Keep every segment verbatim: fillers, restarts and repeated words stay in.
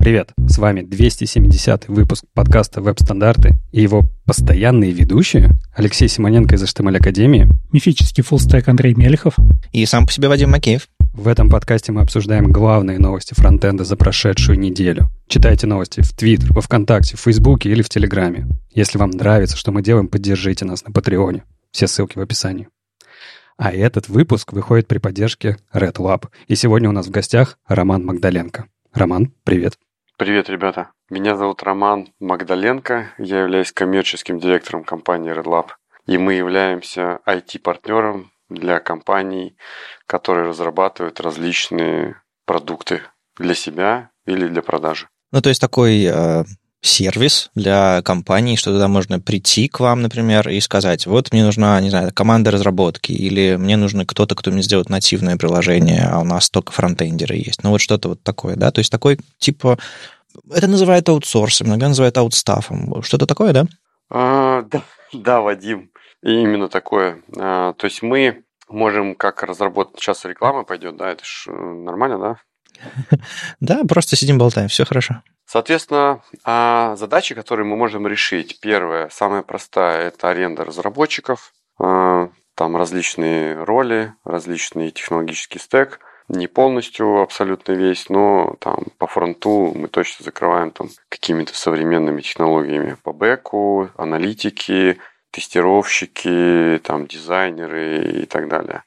Привет, с вами двести семидесятый выпуск подкаста «Веб-стандарты» и его постоянные ведущие Алексей Симоненко из эйч ти эм эль Академии, мифический фуллстек Андрей Мелехов и сам по себе Вадим Макеев. В этом подкасте мы обсуждаем главные новости фронтенда за прошедшую неделю. Читайте новости в Твиттер, во Вконтакте, в Фейсбуке или в Телеграме. Если вам нравится, что мы делаем, поддержите нас на Патреоне. Все ссылки в описании. А этот выпуск выходит при поддержке Red Lab. И сегодня у нас в гостях Роман Магдаленко. Роман, привет. Привет, ребята. Меня зовут Роман Магдаленко. Я являюсь коммерческим директором компании Red Lab. И мы являемся ай ти-партнером для компаний, которые разрабатывают различные продукты для себя или для продажи. Ну, то есть такой э, сервис для компаний, что туда можно прийти к вам, например, и сказать, вот мне нужна, не знаю, команда разработки, или мне нужен кто-то, кто мне сделает нативное приложение, а у нас только фронтендеры есть. Ну, вот что-то вот такое, да? То есть такой, типа, это называют аутсорсом, иногда называют аутстафом. Что-то такое, да? А, да, да, Вадим. И именно такое. А, то есть мы можем как разработать... Сейчас реклама пойдет, да? Это ж нормально, да? Да, просто сидим, болтаем, все хорошо. Соответственно, задачи, которые мы можем решить. Первая, самая простая, это аренда разработчиков. Там различные роли, различный технологический стек. Не полностью абсолютно весь, но там по фронту мы точно закрываем там какими-то современными технологиями. По бэку, аналитики, тестировщики, там, дизайнеры и так далее.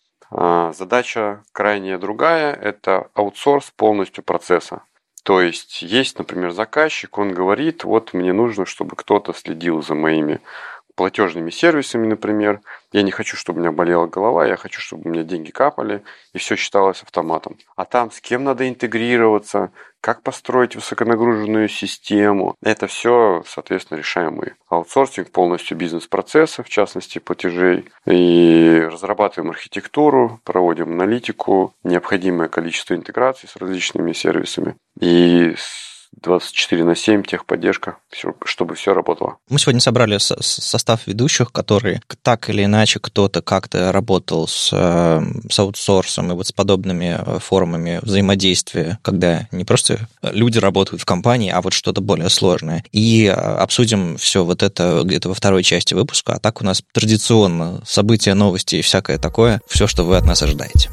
Задача крайне другая – это аутсорс полностью процесса. То есть есть, например, заказчик, он говорит, вот мне нужно, чтобы кто-то следил за моими платежными сервисами, например. Я не хочу, чтобы у меня болела голова, я хочу, чтобы у меня деньги капали, и все считалось автоматом. А там с кем надо интегрироваться, как построить высоконагруженную систему. Это все, соответственно, решаем мы. Аутсорсинг полностью бизнес-процесса, в частности, платежей. И разрабатываем архитектуру, проводим аналитику, необходимое количество интеграций с различными сервисами. И двадцать четыре на семь техподдержка, чтобы все работало. Мы сегодня собрали состав ведущих, которые так или иначе кто-то как-то работал с, с аутсорсом и вот с подобными формами взаимодействия, когда не просто люди работают в компании, а вот что-то более сложное. И обсудим все вот это где-то во второй части выпуска. А так у нас традиционно события, новости и всякое такое, все, что вы от нас ожидаете.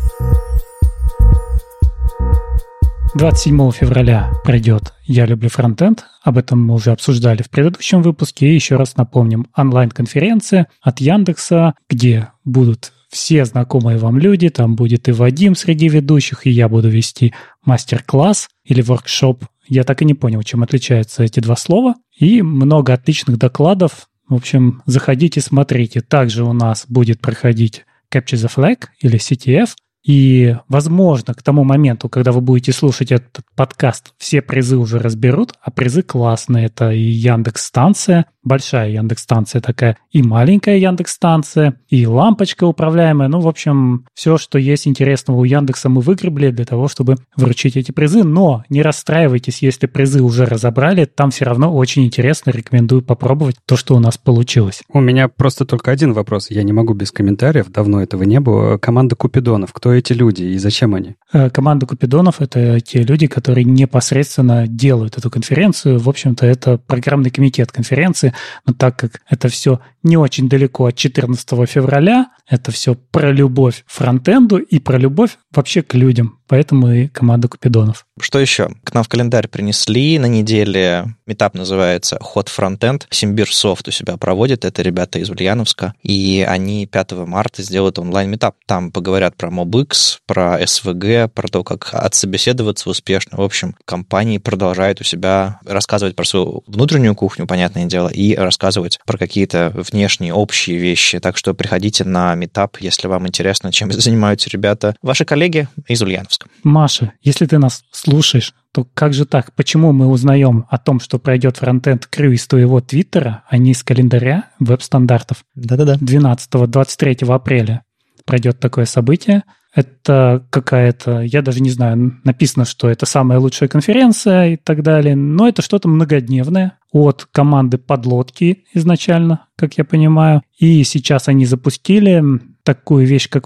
двадцать седьмого февраля пройдет «Я люблю фронтенд». Об этом мы уже обсуждали в предыдущем выпуске. И еще раз напомним, онлайн-конференция от Яндекса, где будут все знакомые вам люди. Там будет и Вадим среди ведущих, и я буду вести мастер-класс или воркшоп. Я так и не понял, чем отличаются эти два слова. И много отличных докладов. В общем, заходите, смотрите. Также у нас будет проходить Capture the Flag или си ти эф. И, возможно, к тому моменту, когда вы будете слушать этот подкаст, все призы уже разберут, а призы классные. Это и Яндекс-станция, большая Яндекс-станция такая, и маленькая Яндекс-станция, и лампочка управляемая. Ну, в общем, все, что есть интересного у Яндекса, мы выгребли для того, чтобы вручить эти призы. Но не расстраивайтесь, если призы уже разобрали, там все равно очень интересно, рекомендую попробовать то, что у нас получилось. У меня просто только один вопрос, я не могу без комментариев, давно этого не было. Команда Купидонов, кто эти люди и зачем они? Команда Купидонов — это те люди, которые непосредственно делают эту конференцию. В общем-то, это программный комитет конференции, но так как это все не очень далеко от четырнадцатого февраля, это все про любовь к фронтенду и про любовь вообще к людям. Поэтому и команда Купидонов. Что еще? К нам в календарь принесли на неделе. Митап называется Hot Frontend. Симбирсофт у себя проводит. Это ребята из Ульяновска. И они пятого марта сделают онлайн-митап. Там поговорят про MobX, про эс ви джи, про то, как отсобеседоваться успешно. В общем, компании продолжают у себя рассказывать про свою внутреннюю кухню, понятное дело, и рассказывать про какие-то внешние общие вещи. Так что приходите на митап, если вам интересно, чем занимаются ребята. Ваши коллеги из Ульяновска. Маша, если ты нас слушаешь, то как же так? Почему мы узнаем о том, что пройдет фронтенд крю из твоего твиттера, а не из календаря веб-стандартов? Да-да-да. двенадцатого-двадцать третьего апреля пройдет такое событие. Это какая-то, я даже не знаю, написано, что это самая лучшая конференция и так далее, но это что-то многодневное от команды Подлодки изначально, как я понимаю. И сейчас они запустили такую вещь, как выбор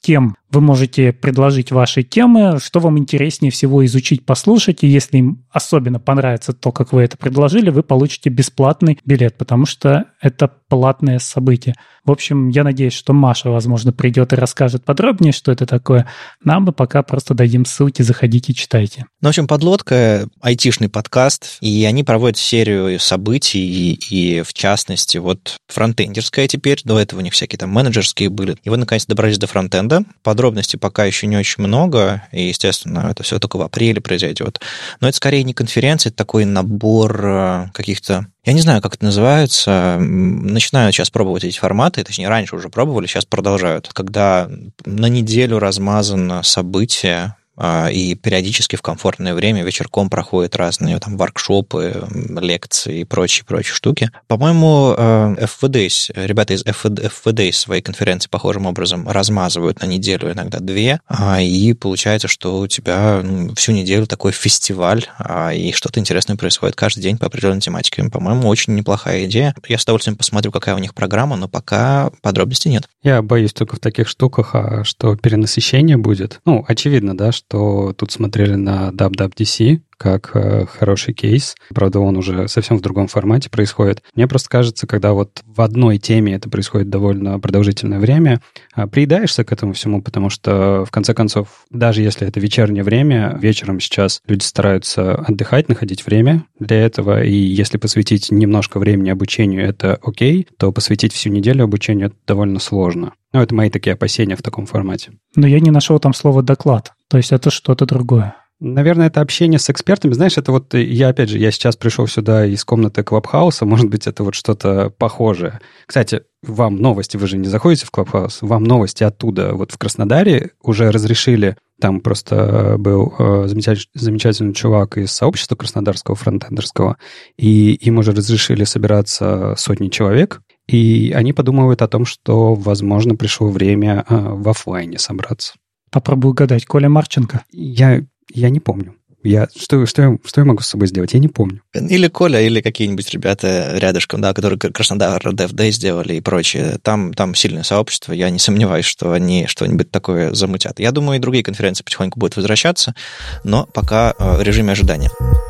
тем вы можете предложить ваши темы, что вам интереснее всего изучить, послушать, и если им особенно понравится то, как вы это предложили, вы получите бесплатный билет, потому что это платное событие. В общем, я надеюсь, что Маша, возможно, придет и расскажет подробнее, что это такое. Нам бы пока просто дадим ссылки, заходите, читайте. Ну, в общем, «Подлодка» — айтишный подкаст, и они проводят серию событий, и, и в частности, вот фронтендерская теперь, до этого у них всякие там менеджерские были. И вы, наконец, добрались до фронтенда. Подробностей пока еще не очень много, и, естественно, это все только в апреле произойдет. Но это скорее не конференция, это такой набор каких-то... Я не знаю, как это называется. Начинают сейчас пробовать эти форматы, точнее, раньше уже пробовали, сейчас продолжают. Когда на неделю размазано событие, и периодически в комфортное время вечерком проходят разные там воркшопы, лекции и прочие-прочие штуки. По-моему, эф ви дейс, ребята из эф ви дейс свои конференции похожим образом размазывают на неделю, иногда две, и получается, что у тебя ну, всю неделю такой фестиваль, и что-то интересное происходит каждый день по определенной тематике. По-моему, очень неплохая идея. Я с удовольствием посмотрю, какая у них программа, но пока подробностей нет. Я боюсь только в таких штуках, что перенасыщение будет. Ну, очевидно, да, что что тут смотрели на дабл ю дабл ю ди си как э, хороший кейс. Правда, он уже совсем в другом формате происходит. Мне просто кажется, когда вот в одной теме это происходит довольно продолжительное время, э, приедаешься к этому всему, потому что, в конце концов, даже если это вечернее время, вечером сейчас люди стараются отдыхать, находить время для этого, и если посвятить немножко времени обучению, это окей, то посвятить всю неделю обучению это довольно сложно. Ну, это мои такие опасения в таком формате. Но я не нашел там слова «доклад», то есть это что-то другое. Наверное, это общение с экспертами. Знаешь, это вот я, опять же, я сейчас пришел сюда из комнаты Клабхауса, может быть, это вот что-то похожее. Кстати, вам новости, вы же не заходите в Клабхаус, вам новости оттуда. Вот в Краснодаре уже разрешили, там просто был замечательный, замечательный чувак из сообщества краснодарского фронтендерского, и им уже разрешили собираться сотни человек, и они подумывают о том, что, возможно, пришло время в офлайне собраться. Попробую угадать. Коля Марченко? Я... Я не помню. Я, что, что, я, что я могу с собой сделать? Я не помню. Или Коля, или какие-нибудь ребята рядышком, да, которые Краснодар Dev Day сделали и прочее. Там, там сильное сообщество. Я не сомневаюсь, что они что-нибудь такое замутят. Я думаю, и другие конференции потихоньку будут возвращаться, но пока в режиме ожидания.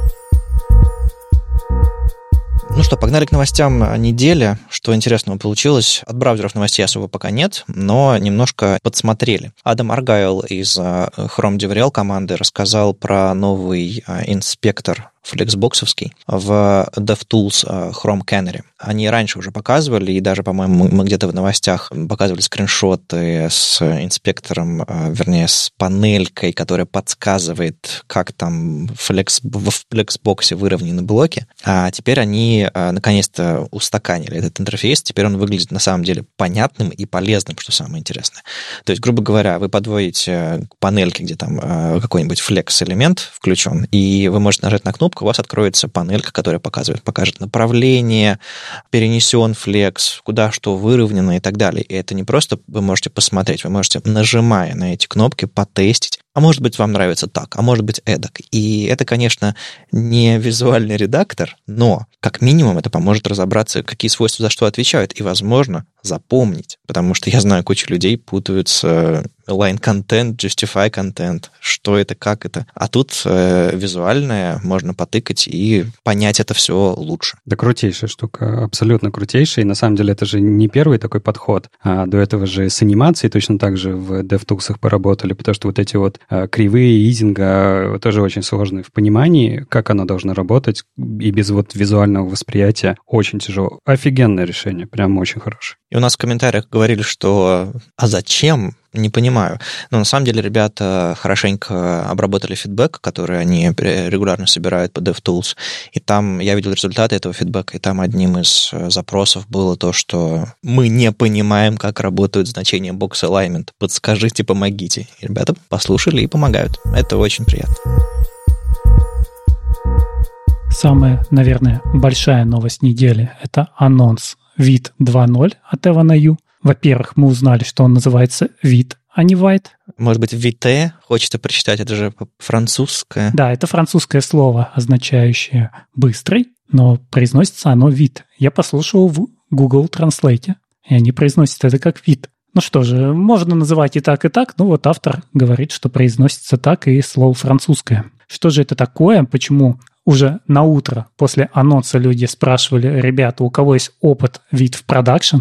Ну что, погнали к новостям недели. Что интересного получилось? От браузеров новостей особо пока нет, но немножко подсмотрели. Адам Аргайл из Chrome DevRel команды рассказал про новый инспектор флексбоксовский в DevTools Chrome Canary. Они раньше уже показывали, и даже, по-моему, мы где-то в новостях показывали скриншоты с инспектором, вернее, с панелькой, которая подсказывает, как там флекс, в флексбоксе выровнены блоки. А теперь они наконец-то устаканили этот интерфейс. Теперь он выглядит на самом деле понятным и полезным, что самое интересное. То есть, грубо говоря, вы подводите к панельке, где там какой-нибудь флекс-элемент включен, и вы можете нажать на кнопку, у вас откроется панелька, которая показывает, покажет направление, перенесен флекс, куда что выровнено и так далее. И это не просто вы можете посмотреть, вы можете, нажимая на эти кнопки, потестить. А может быть, вам нравится так, а может быть, эдак. И это, конечно, не визуальный редактор, но как минимум это поможет разобраться, какие свойства за что отвечают, и, возможно, запомнить. Потому что я знаю, куча людей путаются line content, justify content, что это, как это. А тут э, визуальное, можно потыкать и понять это все лучше. Да, крутейшая штука, абсолютно крутейшая. И на самом деле это же не первый такой подход. А до этого же с анимацией точно так же в DevTools поработали, потому что вот эти вот а, кривые изинга тоже очень сложные в понимании, как оно должно работать, и без вот визуального восприятия очень тяжело. Офигенное решение, прям очень хорошее. И у нас в комментариях говорили, что «а зачем?» Не понимаю. Но на самом деле ребята хорошенько обработали фидбэк, который они регулярно собирают по DevTools, и там я видел результаты этого фидбэка, и там одним из запросов было то, что мы не понимаем, как работают значения box alignment. Подскажите, помогите. И ребята послушали и помогают. Это очень приятно. Самая, наверное, большая новость недели – это анонс вид два ноль от Эвана Ю. Во-первых, мы узнали, что он называется вид, а не White. Может быть, вите? Хочется прочитать, это же французское. Да, это французское слово, означающее «быстрый», но произносится оно вид. Я послушал в Google Translate, и они произносят это как вид. Ну что же, можно называть и так, и так, но вот автор говорит, что произносится так, и слово французское. Что же это такое? Почему уже на утро после анонса люди спрашивали: ребята, у кого есть опыт вид в продакшн?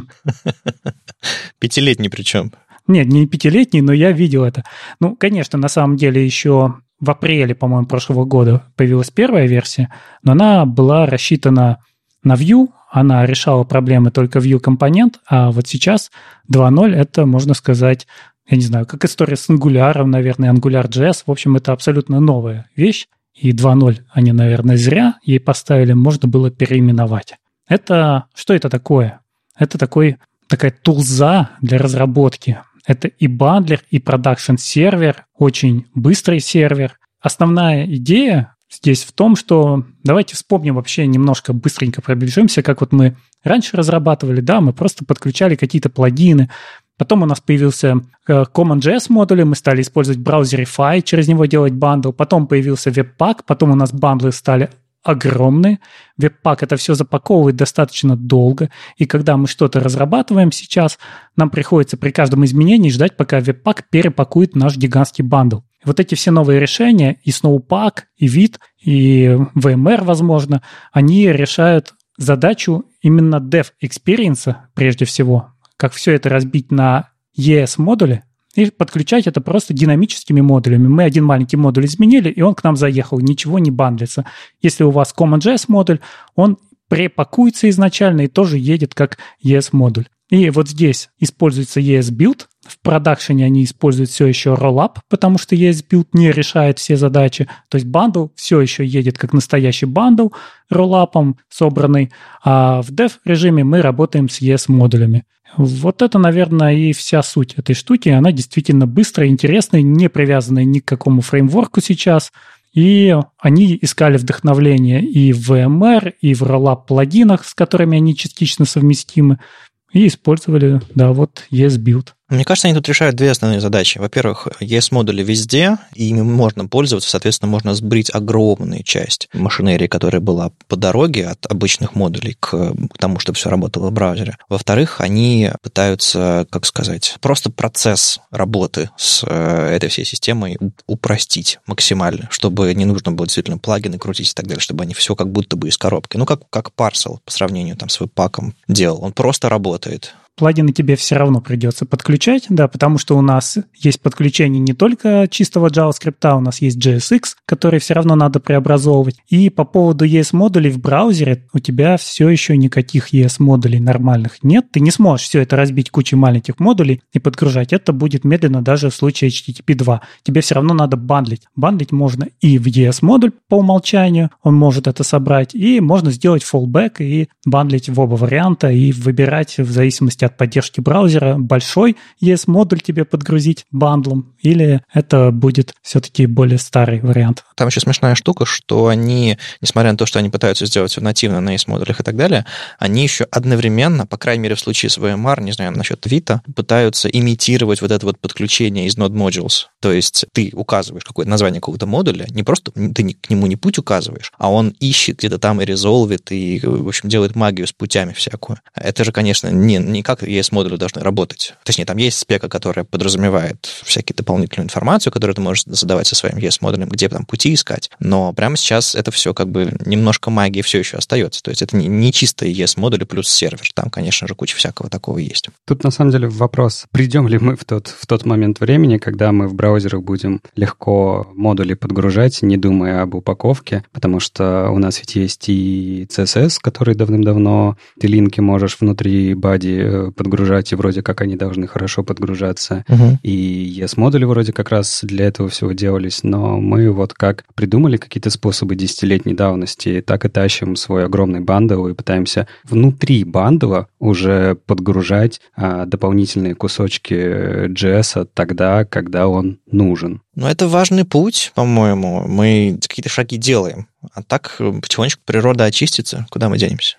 Пятилетний причем. Нет, не пятилетний, но я видел это. Ну, конечно, на самом деле еще в апреле, по-моему, прошлого года появилась первая версия, но она была рассчитана на Vue, она решала проблемы только Vue-компонент, а вот сейчас два ноль — это, можно сказать, я не знаю, как история с Angular, наверное, Angular.js. В общем, это абсолютно новая вещь, и два ноль они, наверное, зря ей поставили, можно было переименовать. Это, что это такое? Это такой, такая тулза для разработки. Это и бандлер, и продакшн-сервер, очень быстрый сервер. Основная идея здесь в том, что давайте вспомним вообще немножко, быстренько пробежимся, как вот мы раньше разрабатывали, да, мы просто подключали какие-то плагины, потом у нас появился Common.js модуль, мы стали использовать Browserify, через него делать бандл, потом появился Webpack, потом у нас бандлы стали огромные, Webpack это все запаковывает достаточно долго, и когда мы что-то разрабатываем сейчас, нам приходится при каждом изменении ждать, пока Webpack перепакует наш гигантский бандл. Вот эти все новые решения, и Snowpack, и Vite, и ви эм эр, возможно, они решают задачу именно dev-experience, прежде всего, как все это разбить на и эс-модули и подключать это просто динамическими модулями. Мы один маленький модуль изменили, и он к нам заехал, ничего не бандлится. Если у вас Common.js модуль, он препакуется изначально и тоже едет как и эс-модуль. И вот здесь используется и эс-билд. В продакшене они используют все еще rollup, потому что и эс-билд не решает все задачи. То есть бандл все еще едет как настоящий бандл роллапом собранный, а в dev-режиме мы работаем с и эс-модулями. Вот это, наверное, и вся суть этой штуки. Она действительно быстрая, интересная, не привязанная ни к какому фреймворку сейчас. И они искали вдохновление и в ви эм эр, и в rollup-плагинах, с которыми они частично совместимы, и использовали, да, вот и эс-билд. Мне кажется, они тут решают две основные задачи. Во-первых, и эс-модули везде, и ими можно пользоваться, соответственно, можно сбрить огромную часть машинерии, которая была по дороге от обычных модулей к тому, чтобы все работало в браузере. Во-вторых, они пытаются, как сказать, просто процесс работы с этой всей системой упростить максимально, чтобы не нужно было действительно плагины крутить и так далее, чтобы они все как будто бы из коробки. Ну, как, как Parcel по сравнению там, с Webpack делал. Он просто работает. Плагины тебе все равно придется подключать, да, потому что у нас есть подключение не только чистого JavaScript, у нас есть джей эс икс, который все равно надо преобразовывать. И по поводу и эс-модулей в браузере у тебя все еще никаких и эс-модулей нормальных нет. Ты не сможешь все это разбить кучей маленьких модулей и подгружать. Это будет медленно даже в случае эйч ти ти пи два. Тебе все равно надо бандлить. Бандлить можно и в и эс-модуль по умолчанию, он может это собрать, и можно сделать fallback и бандлить в оба варианта и выбирать в зависимости от поддержки браузера большой и эс-модуль тебе подгрузить бандлом, или это будет все-таки более старый вариант. Там еще смешная штука, что они, несмотря на то, что они пытаются сделать все нативно на и эс-модулях и так далее, они еще одновременно, по крайней мере в случае с ви эм ар, не знаю, насчет Vite, пытаются имитировать вот это вот подключение из Node Modules. То есть ты указываешь какое-то название какого-то модуля, не просто ты к нему не путь указываешь, а он ищет где-то там и резолвит, и, в общем, делает магию с путями всякую. Это же, конечно, не, не как и эс-модули должны работать. Точнее, там есть спека, которая подразумевает всякие дополнительную информацию, которую ты можешь задавать со своим и эс-модулем, где там пути искать. Но прямо сейчас это все как бы немножко магии все еще остается. То есть это не, не чисто и эс-модули плюс сервер. Там, конечно же, куча всякого такого есть. Тут, на самом деле, вопрос, придем ли мы в тот, в тот момент времени, когда мы в браузерах будем легко модули подгружать, не думая об упаковке, потому что у нас ведь есть и си эс эс, который давным-давно ты линки можешь внутри бади подгружать, и вроде как они должны хорошо подгружаться. Uh-huh. И и и эс-модули вроде как раз для этого всего делались, но мы вот как придумали какие-то способы десятилетней давности, так и тащим свой огромный бандл и пытаемся внутри бандла уже подгружать а, дополнительные кусочки джей эс тогда, когда он нужен. Ну, это важный путь, по-моему. Мы какие-то шаги делаем. А так потихонечку природа очистится. Куда мы денемся?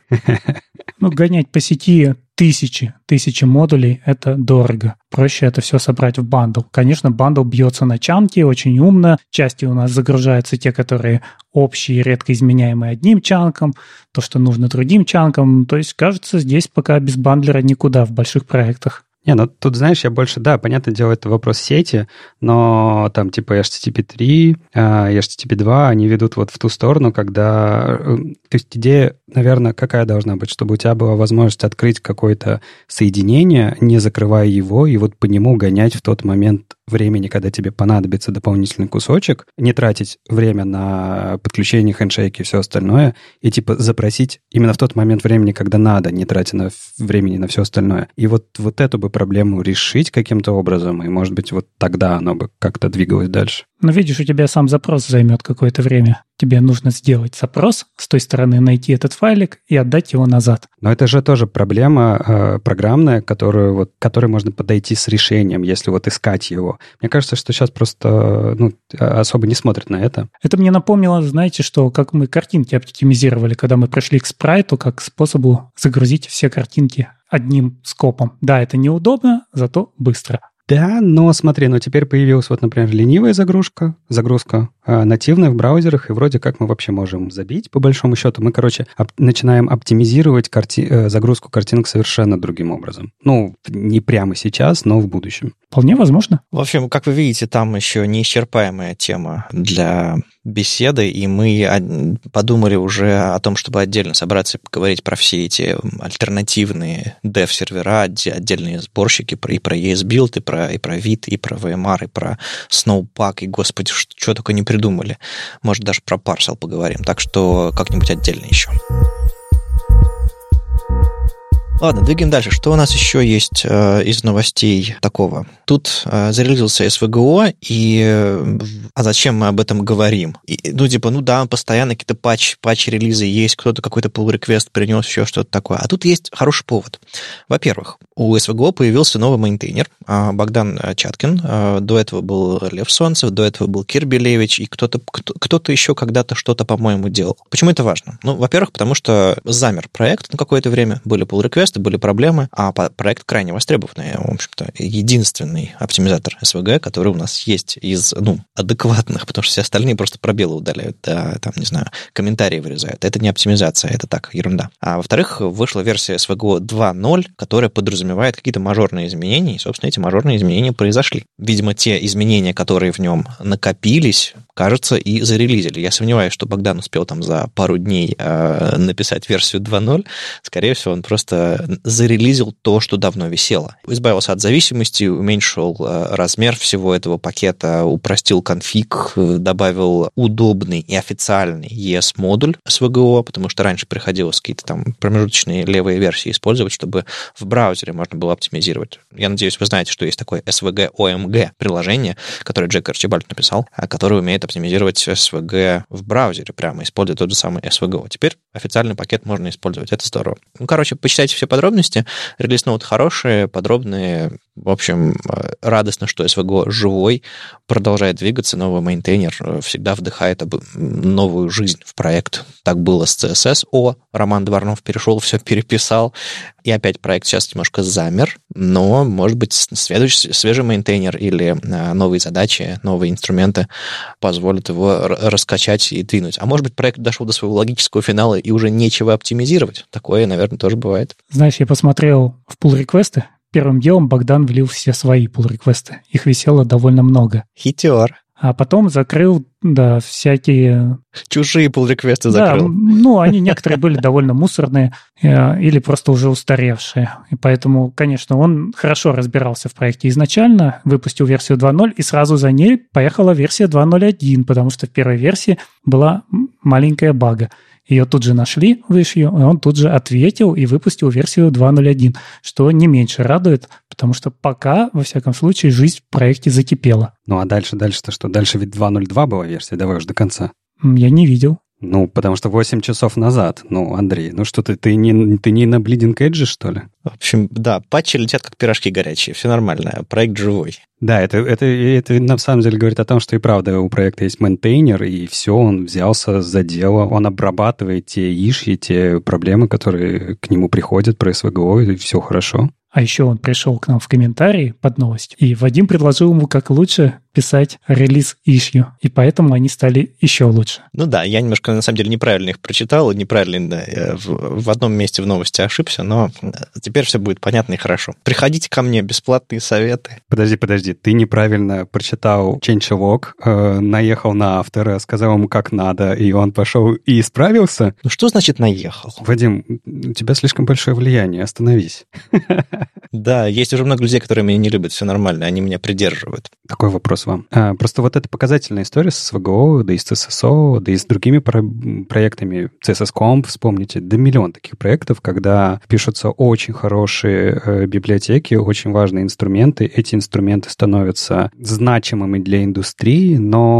Ну, гонять по сети тысячи, тысячи модулей – это дорого. Проще это все собрать в бандл. Конечно, бандл бьется на чанки, очень умно. Части у нас загружаются те, которые общие, редко изменяемые одним чанком, то, что нужно другим чанкам. То есть, кажется, здесь пока без бандлера никуда в больших проектах. Не, ну тут, знаешь, я больше, да, понятное дело, это вопрос сети, но там типа эйч ти ти пи три, эйч ти ти пи два, они ведут вот в ту сторону, когда... То есть идея, наверное, какая должна быть? Чтобы у тебя была возможность открыть какое-то соединение, не закрывая его, и вот по нему гонять в тот момент времени, когда тебе понадобится дополнительный кусочек, не тратить время на подключение, хендшейки и все остальное, и типа запросить именно в тот момент времени, когда надо, не тратя на времени на все остальное. И вот, вот эту бы проблему решить каким-то образом, и, может быть, вот тогда оно бы как-то двигалось дальше. Но видишь, у тебя сам запрос займет какое-то время. Тебе нужно сделать запрос, с той стороны найти этот файлик и отдать его назад. Но это же тоже проблема э, программная, которую вот, к которой можно подойти с решением, если вот искать его. Мне кажется, что сейчас просто ну, особо не смотрят на это. Это мне напомнило, знаете, что как мы картинки оптимизировали, когда мы пришли к спрайту, как к способу загрузить все картинки одним скопом. Да, это неудобно, зато быстро. Да, но смотри, ну теперь появилась вот, например, ленивая загрузка, загрузка э, нативная в браузерах, и вроде как мы вообще можем забить, по большому счету. Мы, короче, оп- начинаем оптимизировать карти- э, загрузку картинок совершенно другим образом. Ну, не прямо сейчас, но в будущем. Вполне возможно. В общем, как вы видите, там еще неисчерпаемая тема для беседы, и мы подумали уже о том, чтобы отдельно собраться и поговорить про все эти альтернативные dev-сервера, отдельные сборщики и про и эс билд, и про, и про вид, и про ви эм ар, и про Snowpack, и, господи, что, что только не придумали. Может, даже про Parcel поговорим. Так что как-нибудь отдельно еще. Ладно, двигаем дальше. Что у нас еще есть э, из новостей такого? Тут э, зарелизился эс ви джи о, и... Э, а зачем мы об этом говорим? И, ну, типа, ну да, постоянно какие-то патч, патч-релизы есть, кто-то какой-то pull-request принес, еще что-то такое. А тут есть хороший повод. Во-первых, у эс ви джи о появился новый мейнтейнер, э, Богдан Чаткин. Э, до этого был Лев Солнцев, до этого был Кир Белевич, и кто-то, кто, кто-то еще когда-то что-то, по-моему, делал. Почему это важно? Ну, во-первых, потому что замер проект на какое-то время, были pull-requests, были проблемы, а проект крайне востребованный. В общем-то, единственный оптимизатор эс ви джи, который у нас есть из, ну, адекватных, потому что все остальные просто пробелы удаляют, да, там, не знаю, комментарии вырезают. Это не оптимизация, это так, ерунда. А во-вторых, вышла версия эс ви джи два ноль, которая подразумевает какие-то мажорные изменения, и, собственно, эти мажорные изменения произошли. Видимо, те изменения, которые в нем накопились, кажется, и зарелизили. Я сомневаюсь, что Богдан успел там за пару дней э, написать версию два ноль. Скорее всего, он просто зарелизил то, что давно висело. Избавился от зависимости, уменьшил э, размер всего этого пакета, упростил конфиг, добавил удобный и официальный и эс-модуль эс ви джи о, потому что раньше приходилось какие-то там промежуточные левые версии использовать, чтобы в браузере можно было оптимизировать. Я надеюсь, вы знаете, что есть такое эс ви джи о эм джи приложение, которое Джек Арчибальд написал, которое умеет оптимизировать эс ви джи в браузере, прямо используя тот же самый эс ви джи о. Теперь официальный пакет можно использовать. Это здорово. Ну, короче, почитайте все подробности. Релиз-ноут хорошие, подробные. В общем, радостно, что эс ви джи живой, продолжает двигаться, новый мейнтейнер всегда вдыхает новую жизнь в проект. Так было с си эс эс о. Роман Дворнов перешел, все переписал. И опять проект сейчас немножко замер, но, может быть, следующий, свежий мейнтейнер или новые задачи, новые инструменты позволят его раскачать и двинуть. А может быть, проект дошел до своего логического финала и уже нечего оптимизировать. Такое, наверное, тоже бывает. Знаешь, я посмотрел в pull-реквесты. Первым делом Богдан влил все свои pull-реквесты. Их висело довольно много. Хитер. А потом закрыл, да, всякие... Чужие pull-реквесты да, закрыл. Ну, они некоторые были довольно мусорные э, или просто уже устаревшие. И поэтому, конечно, он хорошо разбирался в проекте изначально, выпустил версию два ноль, и сразу за ней поехала версия два ноль один, потому что в первой версии была маленькая бага. Ее тут же нашли в issue, и он тут же ответил и выпустил версию два ноль один, что не меньше радует, потому что пока, во всяком случае, жизнь в проекте закипела. Ну а дальше, дальше-то что? Дальше ведь два ноль два была версия, давай уж до конца. Я не видел. Ну, потому что восемь часов назад. Ну, Андрей, ну что ты, ты не, ты не на Bleeding Edge, что ли? В общем, да, патчи летят как пирожки горячие, все нормально, проект живой. Да, это, это, это на самом деле говорит о том, что и правда у проекта есть мейнтейнер, и все, он взялся за дело, он обрабатывает те иши, те проблемы, которые к нему приходят про эс ви джи, и все хорошо. А еще он пришел к нам в комментарии под новость, и Вадим предложил ему, как лучше писать релиз issue, и поэтому они стали еще лучше. Ну да, я немножко, на самом деле, неправильно их прочитал, неправильно в, в одном месте в новости ошибся, но теперь все будет понятно и хорошо. Приходите ко мне, бесплатные советы. Подожди, подожди, ты неправильно прочитал changelog, э, наехал на автора, сказал ему, как надо, и он пошел и исправился? Ну что значит наехал? Вадим, у тебя слишком большое влияние, остановись. Да, есть уже много людей, которые меня не любят, все нормально, они меня придерживают. Такой вопрос вам. А, просто вот эта показательная история с эс ви джи о, да и с си эс эс о, да и с другими про- проектами, си эс эс Comp, вспомните, да миллион таких проектов, когда пишутся очень хорошие э, библиотеки, очень важные инструменты, эти инструменты становятся значимыми для индустрии,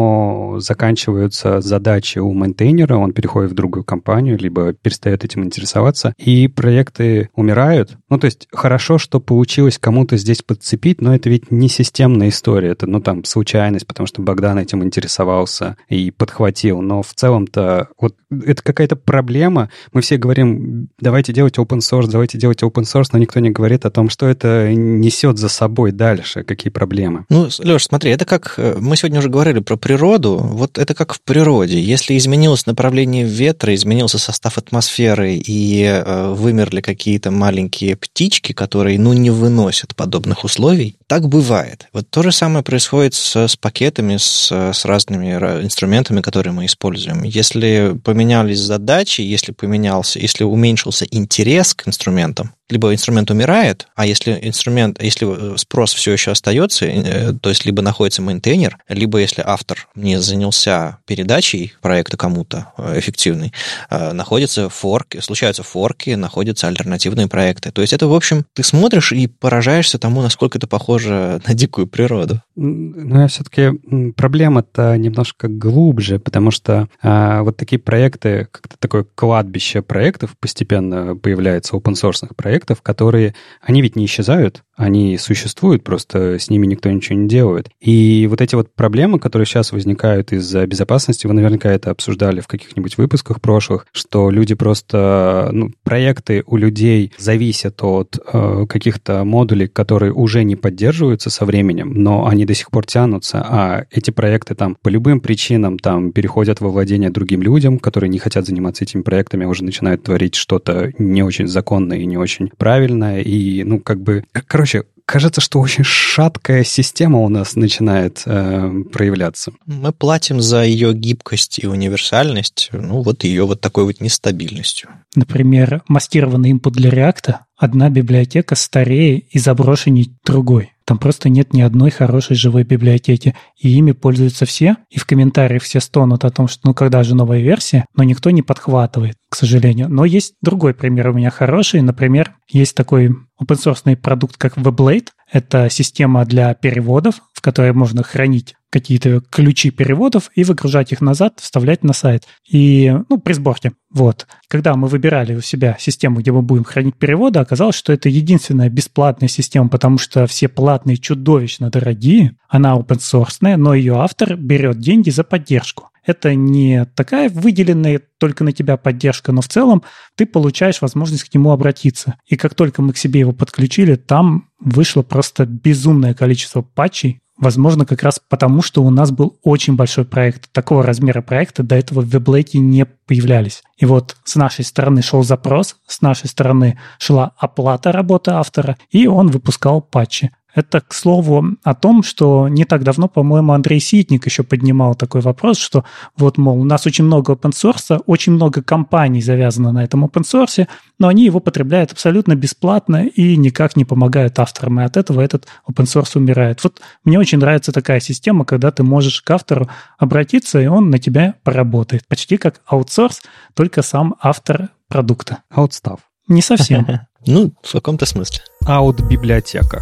но заканчиваются задачи у мейнтейнера, он переходит в другую компанию, либо перестает этим интересоваться, и проекты умирают. Ну, то есть хорошо, что получилось кому-то здесь подцепить, но это ведь не системная история, это, ну, там, случайность, потому что Богдан этим интересовался и подхватил, но в целом-то вот это какая-то проблема. Мы все говорим, давайте делать open source, давайте делать open source, но никто не говорит о том, что это несет за собой дальше, какие проблемы. Ну, Леш, смотри, это как, мы сегодня уже говорили про природу, вот это как в природе. Если изменилось направление ветра, изменился состав атмосферы и э, вымерли какие-то маленькие птички, которые, ну, не выносят подобных условий, так бывает. Вот то же самое происходит с, с пакетами, с, с разными инструментами, которые мы используем. Если поменялись задачи, если поменялся, если уменьшился интерес к инструментам, либо инструмент умирает, а если инструмент, если спрос все еще остается, то есть либо находится мейнтейнер, либо если автор не занялся передачей проекта кому-то эффективный, находятся форки, случаются форки, находятся альтернативные проекты. То есть это, в общем, ты смотришь и поражаешься тому, насколько это похоже на дикую природу. Но все-таки проблема-то немножко глубже, потому что а, вот такие проекты, как-то такое кладбище проектов постепенно появляется, open-source проектов, которые, они ведь не исчезают, они существуют, просто с ними никто ничего не делает. И вот эти вот проблемы, которые сейчас возникают из-за безопасности, вы наверняка это обсуждали в каких-нибудь выпусках прошлых, что люди просто, ну, проекты у людей зависят от э, каких-то модулей, которые уже не поддерживаются со временем, но они до сих пор тянутся, а эти проекты там по любым причинам там переходят во владение другим людям, которые не хотят заниматься этими проектами, а уже начинают творить что-то не очень законное и не очень правильное, и, ну, как бы, короче, кажется, что очень шаткая система у нас начинает э, проявляться. Мы платим за ее гибкость и универсальность, ну, вот ее вот такой вот нестабильностью. Например, маскированный импут для React, одна библиотека старее и заброшенней другой. Там просто нет ни одной хорошей живой библиотеки, и ими пользуются все, и в комментариях все стонут о том, что ну когда же новая версия, но никто не подхватывает, к сожалению. Но есть другой пример у меня хороший. Например, есть такой open-source продукт, как WebLate. Это система для переводов, в которой можно хранить какие-то ключи переводов и выгружать их назад, вставлять на сайт. И, ну, при сборке. Вот. Когда мы выбирали у себя систему, где мы будем хранить переводы, оказалось, что это единственная бесплатная система, потому что все платные чудовищно дорогие. Она open-source, но ее автор берет деньги за поддержку. Это не такая выделенная только на тебя поддержка, но в целом ты получаешь возможность к нему обратиться. И как только мы к себе его подключили, там вышло просто безумное количество патчей. Возможно, как раз потому, что у нас был очень большой проект. Такого размера проекта до этого в WebLate не появлялись. И вот с нашей стороны шел запрос, с нашей стороны шла оплата работы автора, и он выпускал патчи. Это, к слову, о том, что не так давно, по-моему, Андрей Ситник еще поднимал такой вопрос, что вот, мол, у нас очень много open-source, очень много компаний завязано на этом open-source, но они его потребляют абсолютно бесплатно и никак не помогают авторам, и от этого этот open-source умирает. Вот мне очень нравится такая система, когда ты можешь к автору обратиться, и он на тебя поработает. Почти как аутсорс, только сам автор продукта. Аутстав. Не совсем. Ну, в каком-то смысле. Аут-библиотека.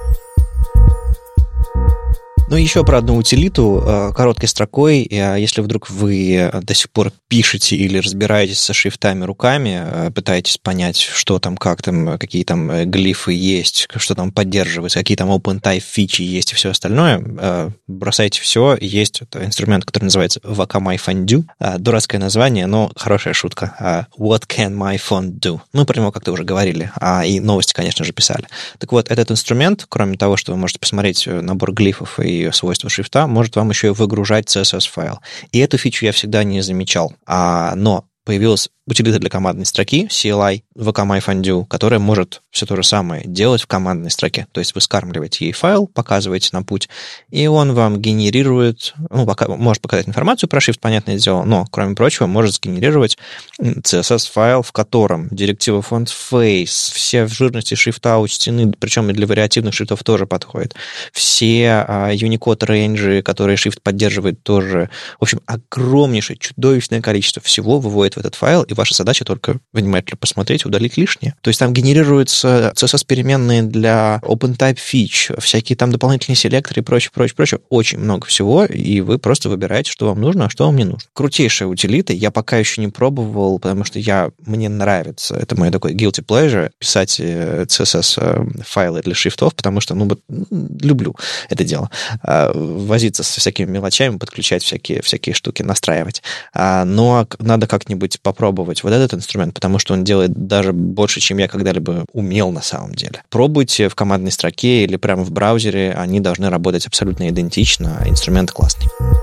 Ну, еще про одну утилиту, короткой строкой. Если вдруг вы до сих пор пишете или разбираетесь со шрифтами руками, пытаетесь понять, что там, как там, какие там глифы есть, что там поддерживается, какие там OpenType фичи есть и все остальное, бросайте все. Есть инструмент, который называется Wacom-iFont-Do. Дурацкое название, но хорошая шутка. What can my font do? Мы про него как-то уже говорили, и новости, конечно же, писали. Так вот, этот инструмент, кроме того, что вы можете посмотреть набор глифов и свои свойства шрифта, может вам еще и выгружать си эс эс-файл. И эту фичу я всегда не замечал. А, но появилась утилита для командной строки, си эл ай, ви кей MyFondue, которая может все то же самое делать в командной строке. То есть вы скармливаете ей файл, показываете на путь, и он вам генерирует, ну, пока, может показать информацию про шрифт, понятное дело, но, кроме прочего, может сгенерировать си эс эс-файл, в котором директива font-face, все жирности шрифта учтены, причем и для вариативных шрифтов тоже подходит. Все а, Unicode-рейнджи, которые шрифт поддерживает, тоже. В общем, огромнейшее, чудовищное количество всего выводит в этот файл, и ваша задача только внимательно посмотреть, удалить лишнее. То есть там генерируются си эс эс-переменные для OpenType фич, всякие там дополнительные селекторы и прочее, прочее, прочее. Очень много всего, и вы просто выбираете, что вам нужно, а что вам не нужно. Крутейшая утилита. Я пока еще не пробовал, потому что я, мне нравится, это мой такой guilty pleasure, писать си эс эс-файлы для шрифтов, потому что, ну, вот, люблю это дело. Возиться со всякими мелочами, подключать всякие, всякие штуки, настраивать. Но надо как-нибудь попробовать вот этот инструмент, потому что он делает даже больше, чем я когда-либо умел на самом деле. Пробуйте в командной строке или прямо в браузере, они должны работать абсолютно идентично, инструмент классный.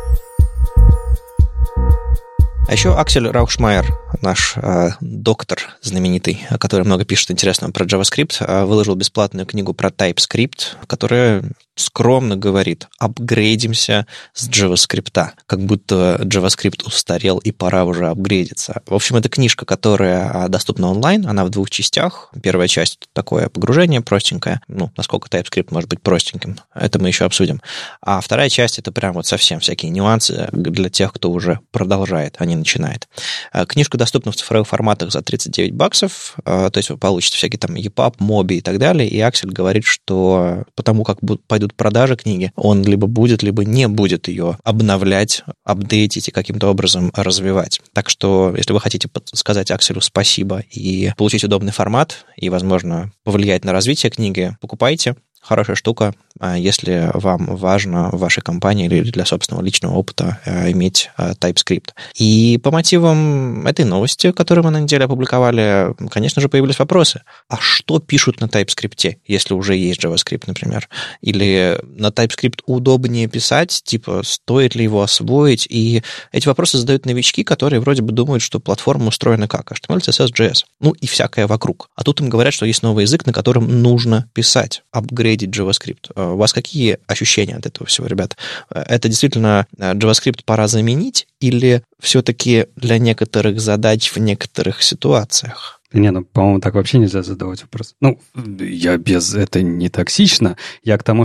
А еще Аксель Раухшмайер, наш э, доктор знаменитый, который много пишет интересного про JavaScript, э, выложил бесплатную книгу про TypeScript, которая скромно говорит: апгрейдимся с JavaScript, как будто JavaScript устарел и пора уже апгрейдиться. В общем, это книжка, которая доступна онлайн, она в двух частях. Первая часть — такое погружение простенькое, ну, насколько TypeScript может быть простеньким, это мы еще обсудим. А вторая часть — это прям вот совсем всякие нюансы для тех, кто уже продолжает, а не начинает. Книжка доступна в цифровых форматах за тридцать девять баксов, то есть вы получите всякие там и паб, моби и так далее, и Аксель говорит, что потому как пойдут продажи книги, он либо будет, либо не будет ее обновлять, апдейтить и каким-то образом развивать. Так что, если вы хотите сказать Акселю спасибо и получить удобный формат, и, возможно, повлиять на развитие книги, покупайте. Хорошая штука, если вам важно в вашей компании или для собственного личного опыта иметь TypeScript. И по мотивам этой новости, которую мы на неделе опубликовали, конечно же, появились вопросы. А что пишут на TypeScript, если уже есть JavaScript, например? Или на TypeScript удобнее писать, типа, стоит ли его освоить? И эти вопросы задают новички, которые вроде бы думают, что платформа устроена как? эйч ти эм эль, си эс эс, джей эс. Ну и всякое вокруг. А тут им говорят, что есть новый язык, на котором нужно писать. Апгрейд JavaScript. У вас какие ощущения от этого всего, ребят? Это действительно JavaScript пора заменить или все-таки для некоторых задач в некоторых ситуациях? Не, ну, по-моему, так вообще нельзя задавать вопрос. Ну, я без... Это не токсично. Я к тому,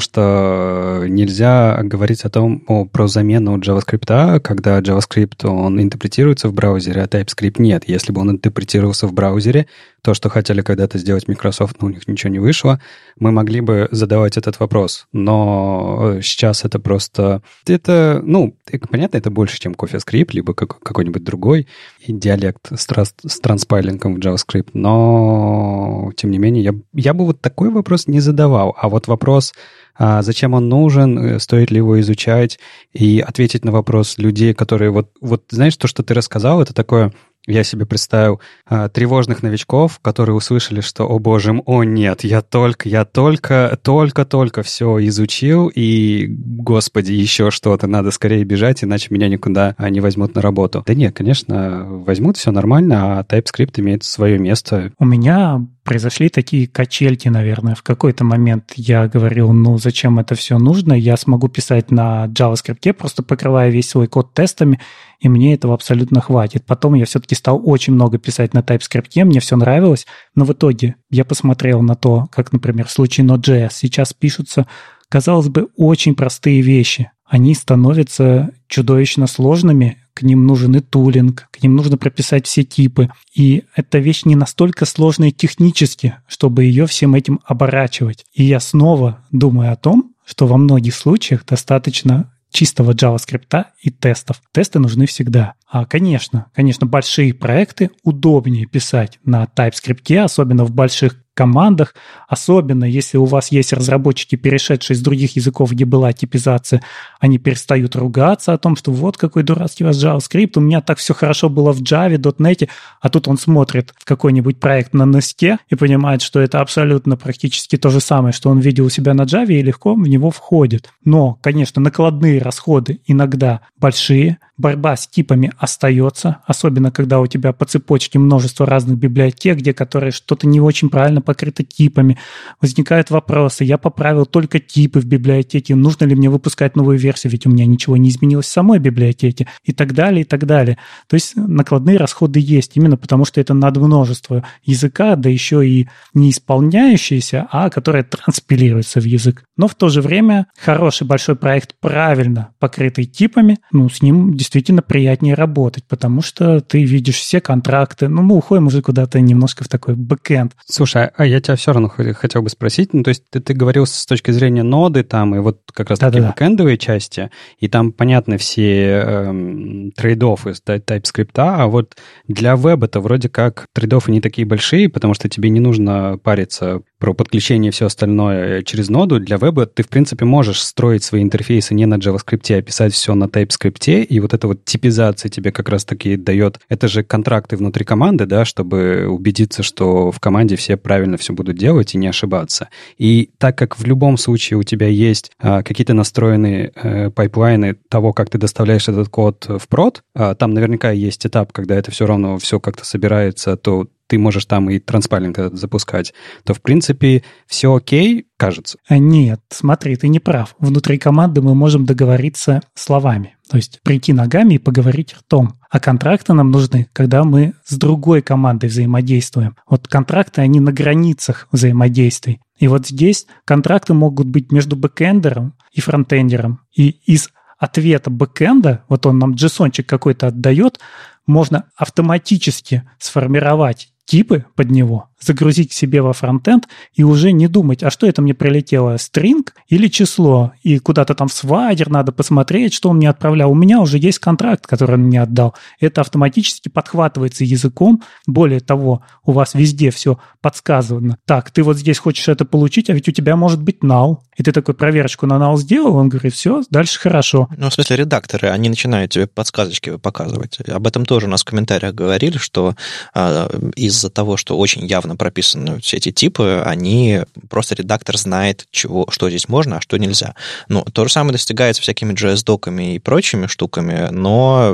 что нельзя говорить о том, о, про замену JavaScript, когда JavaScript, он интерпретируется в браузере, а TypeScript нет. Если бы он интерпретировался в браузере, то, что хотели когда-то сделать Microsoft, но у них ничего не вышло, мы могли бы задавать этот вопрос. Но сейчас это просто... Это, ну, понятно, это больше, чем CoffeeScript, либо какой-нибудь другой диалект с, трас, с транспайлингом в JavaScript. Но, тем не менее, я, я бы вот такой вопрос не задавал. А вот вопрос, а зачем он нужен, стоит ли его изучать, и ответить на вопрос людей, которые... Вот, вот знаешь, то, что ты рассказал, это такое... Я себе представил а, тревожных новичков, которые услышали, что, о боже мой, о нет, я только, я только, только-только все изучил, и, господи, еще что-то, надо скорее бежать, иначе меня никуда не возьмут на работу. Да нет, конечно, возьмут, все нормально, а TypeScript имеет свое место. У меня произошли такие качельки, наверное. В какой-то момент я говорил, ну, зачем это все нужно? Я смогу писать на JavaScript, просто покрывая весь свой код тестами, и мне этого абсолютно хватит. Потом я все-таки стал очень много писать на TypeScript, мне все нравилось, но в итоге я посмотрел на то, как, например, в случае Node.js сейчас пишутся, казалось бы, очень простые вещи. Они становятся чудовищно сложными, к ним нужен и тулинг, к ним нужно прописать все типы. И эта вещь не настолько сложная технически, чтобы ее всем этим оборачивать. И я снова думаю о том, что во многих случаях достаточно чистого JavaScript и тестов. Тесты нужны всегда. А, конечно, конечно, большие проекты удобнее писать на TypeScript, особенно в больших командах, особенно если у вас есть разработчики, перешедшие из других языков, где была типизация, они перестают ругаться о том, что вот какой дурацкий у вас JavaScript, у меня так все хорошо было в Java, .дот нет, а тут он смотрит в какой-нибудь проект на Nest и понимает, что это абсолютно практически то же самое, что он видел у себя на Java, и легко в него входит. Но, конечно, накладные расходы иногда большие, борьба с типами остается, особенно когда у тебя по цепочке множество разных библиотек, где которые что-то не очень правильно покрыто типами. Возникают вопросы. Я поправил только типы в библиотеке. Нужно ли мне выпускать новую версию? Ведь у меня ничего не изменилось в самой библиотеке. И так далее, и так далее. То есть накладные расходы есть, именно потому что это надмножество языка, да еще и не исполняющиеся, а которые транспилируются в язык. Но в то же время хороший большой проект, правильно покрытый типами, ну, с ним действительно приятнее работать, потому что ты видишь все контракты. Ну, мы уходим уже куда-то немножко в такой бэкэнд. Слушай, а я тебя все равно хотел бы спросить, ну, то есть ты, ты говорил с точки зрения ноды там, и вот как раз таки бэкэндовые части, и там понятны все эм, трейд-оффы с TypeScript, а вот для веба-то вроде как трейд-оффы не такие большие, потому что тебе не нужно париться про подключение и все остальное через ноду. Для веба ты, в принципе, можешь строить свои интерфейсы не на JavaScript, а писать все на TypeScript, и вот эта вот типизация тебе как раз-таки дает... Это же контракты внутри команды, да, чтобы убедиться, что в команде все правильно все будут делать и не ошибаться. И так как в любом случае у тебя есть а, какие-то настроенные а, пайплайны того, как ты доставляешь этот код в прод, а, там наверняка есть этап, когда это все равно все как-то собирается, то ты можешь там и транспайлинг запускать, то, в принципе, все окей, кажется. Нет, смотри, ты не прав. Внутри команды мы можем договориться словами, то есть прийти ногами и поговорить ртом. А контракты нам нужны, когда мы с другой командой взаимодействуем. Вот контракты, они на границах взаимодействий. И вот здесь контракты могут быть между бэкэндером и фронтендером. И из ответа бэкэнда, вот он нам джейсончик какой-то отдает, можно автоматически сформировать типы под него, загрузить к себе во фронтенд и уже не думать, а что это мне прилетело, стринг или число, и куда-то там в свайдер надо посмотреть, что он мне отправлял. У меня уже есть контракт, который он мне отдал. Это автоматически подхватывается языком. Более того, у вас везде все подсказано. Так, ты вот здесь хочешь это получить, а ведь у тебя может быть null. И ты такой проверочку на null сделал, он говорит, все, дальше хорошо. Ну, в смысле, редакторы, они начинают тебе подсказочки показывать. Об этом тоже у нас в комментариях говорили, что э, из-за того, что очень явно прописаны все эти типы, они просто редактор знает, чего, что здесь можно, а что нельзя. Ну, то же самое достигается всякими джей эс-доками и прочими штуками, но...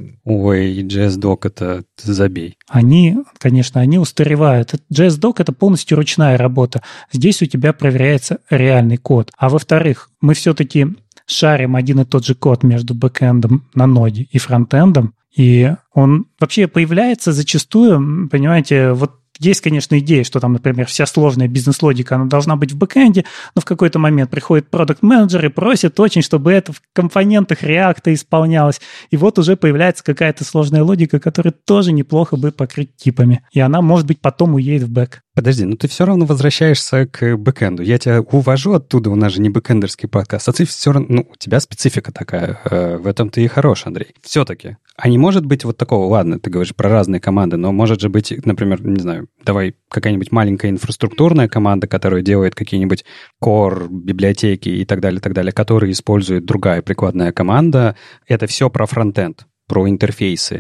Ой, джей эс-док — это забей. Они, конечно, они устаревают. джей эс-док — это полностью ручная работа. Здесь у тебя проверяется реальный код. А во-вторых, мы все-таки шарим один и тот же код между бэкэндом на ноде и фронтендом, и он вообще появляется зачастую, понимаете, вот есть, конечно, идея, что там, например, вся сложная бизнес-логика, она должна быть в бэкэнде, но в какой-то момент приходит продакт-менеджер и просит очень, чтобы это в компонентах React исполнялось. И вот уже появляется какая-то сложная логика, которую тоже неплохо бы покрыть типами. И она, может быть, потом уедет в бэк. Подожди, ну ты все равно возвращаешься к бэкэнду. Я тебя увожу оттуда, у нас же не бэкэндерский подкаст, а ты все равно, ну, у тебя специфика такая, э, в этом ты и хорош, Андрей. Все-таки. А не может быть вот такого, ладно, ты говоришь про разные команды, но может же быть, например, не знаю, давай какая-нибудь маленькая инфраструктурная команда, которая делает какие-нибудь core, библиотеки и так далее, так далее, которые использует другая прикладная команда. Это все про фронтенд, про интерфейсы.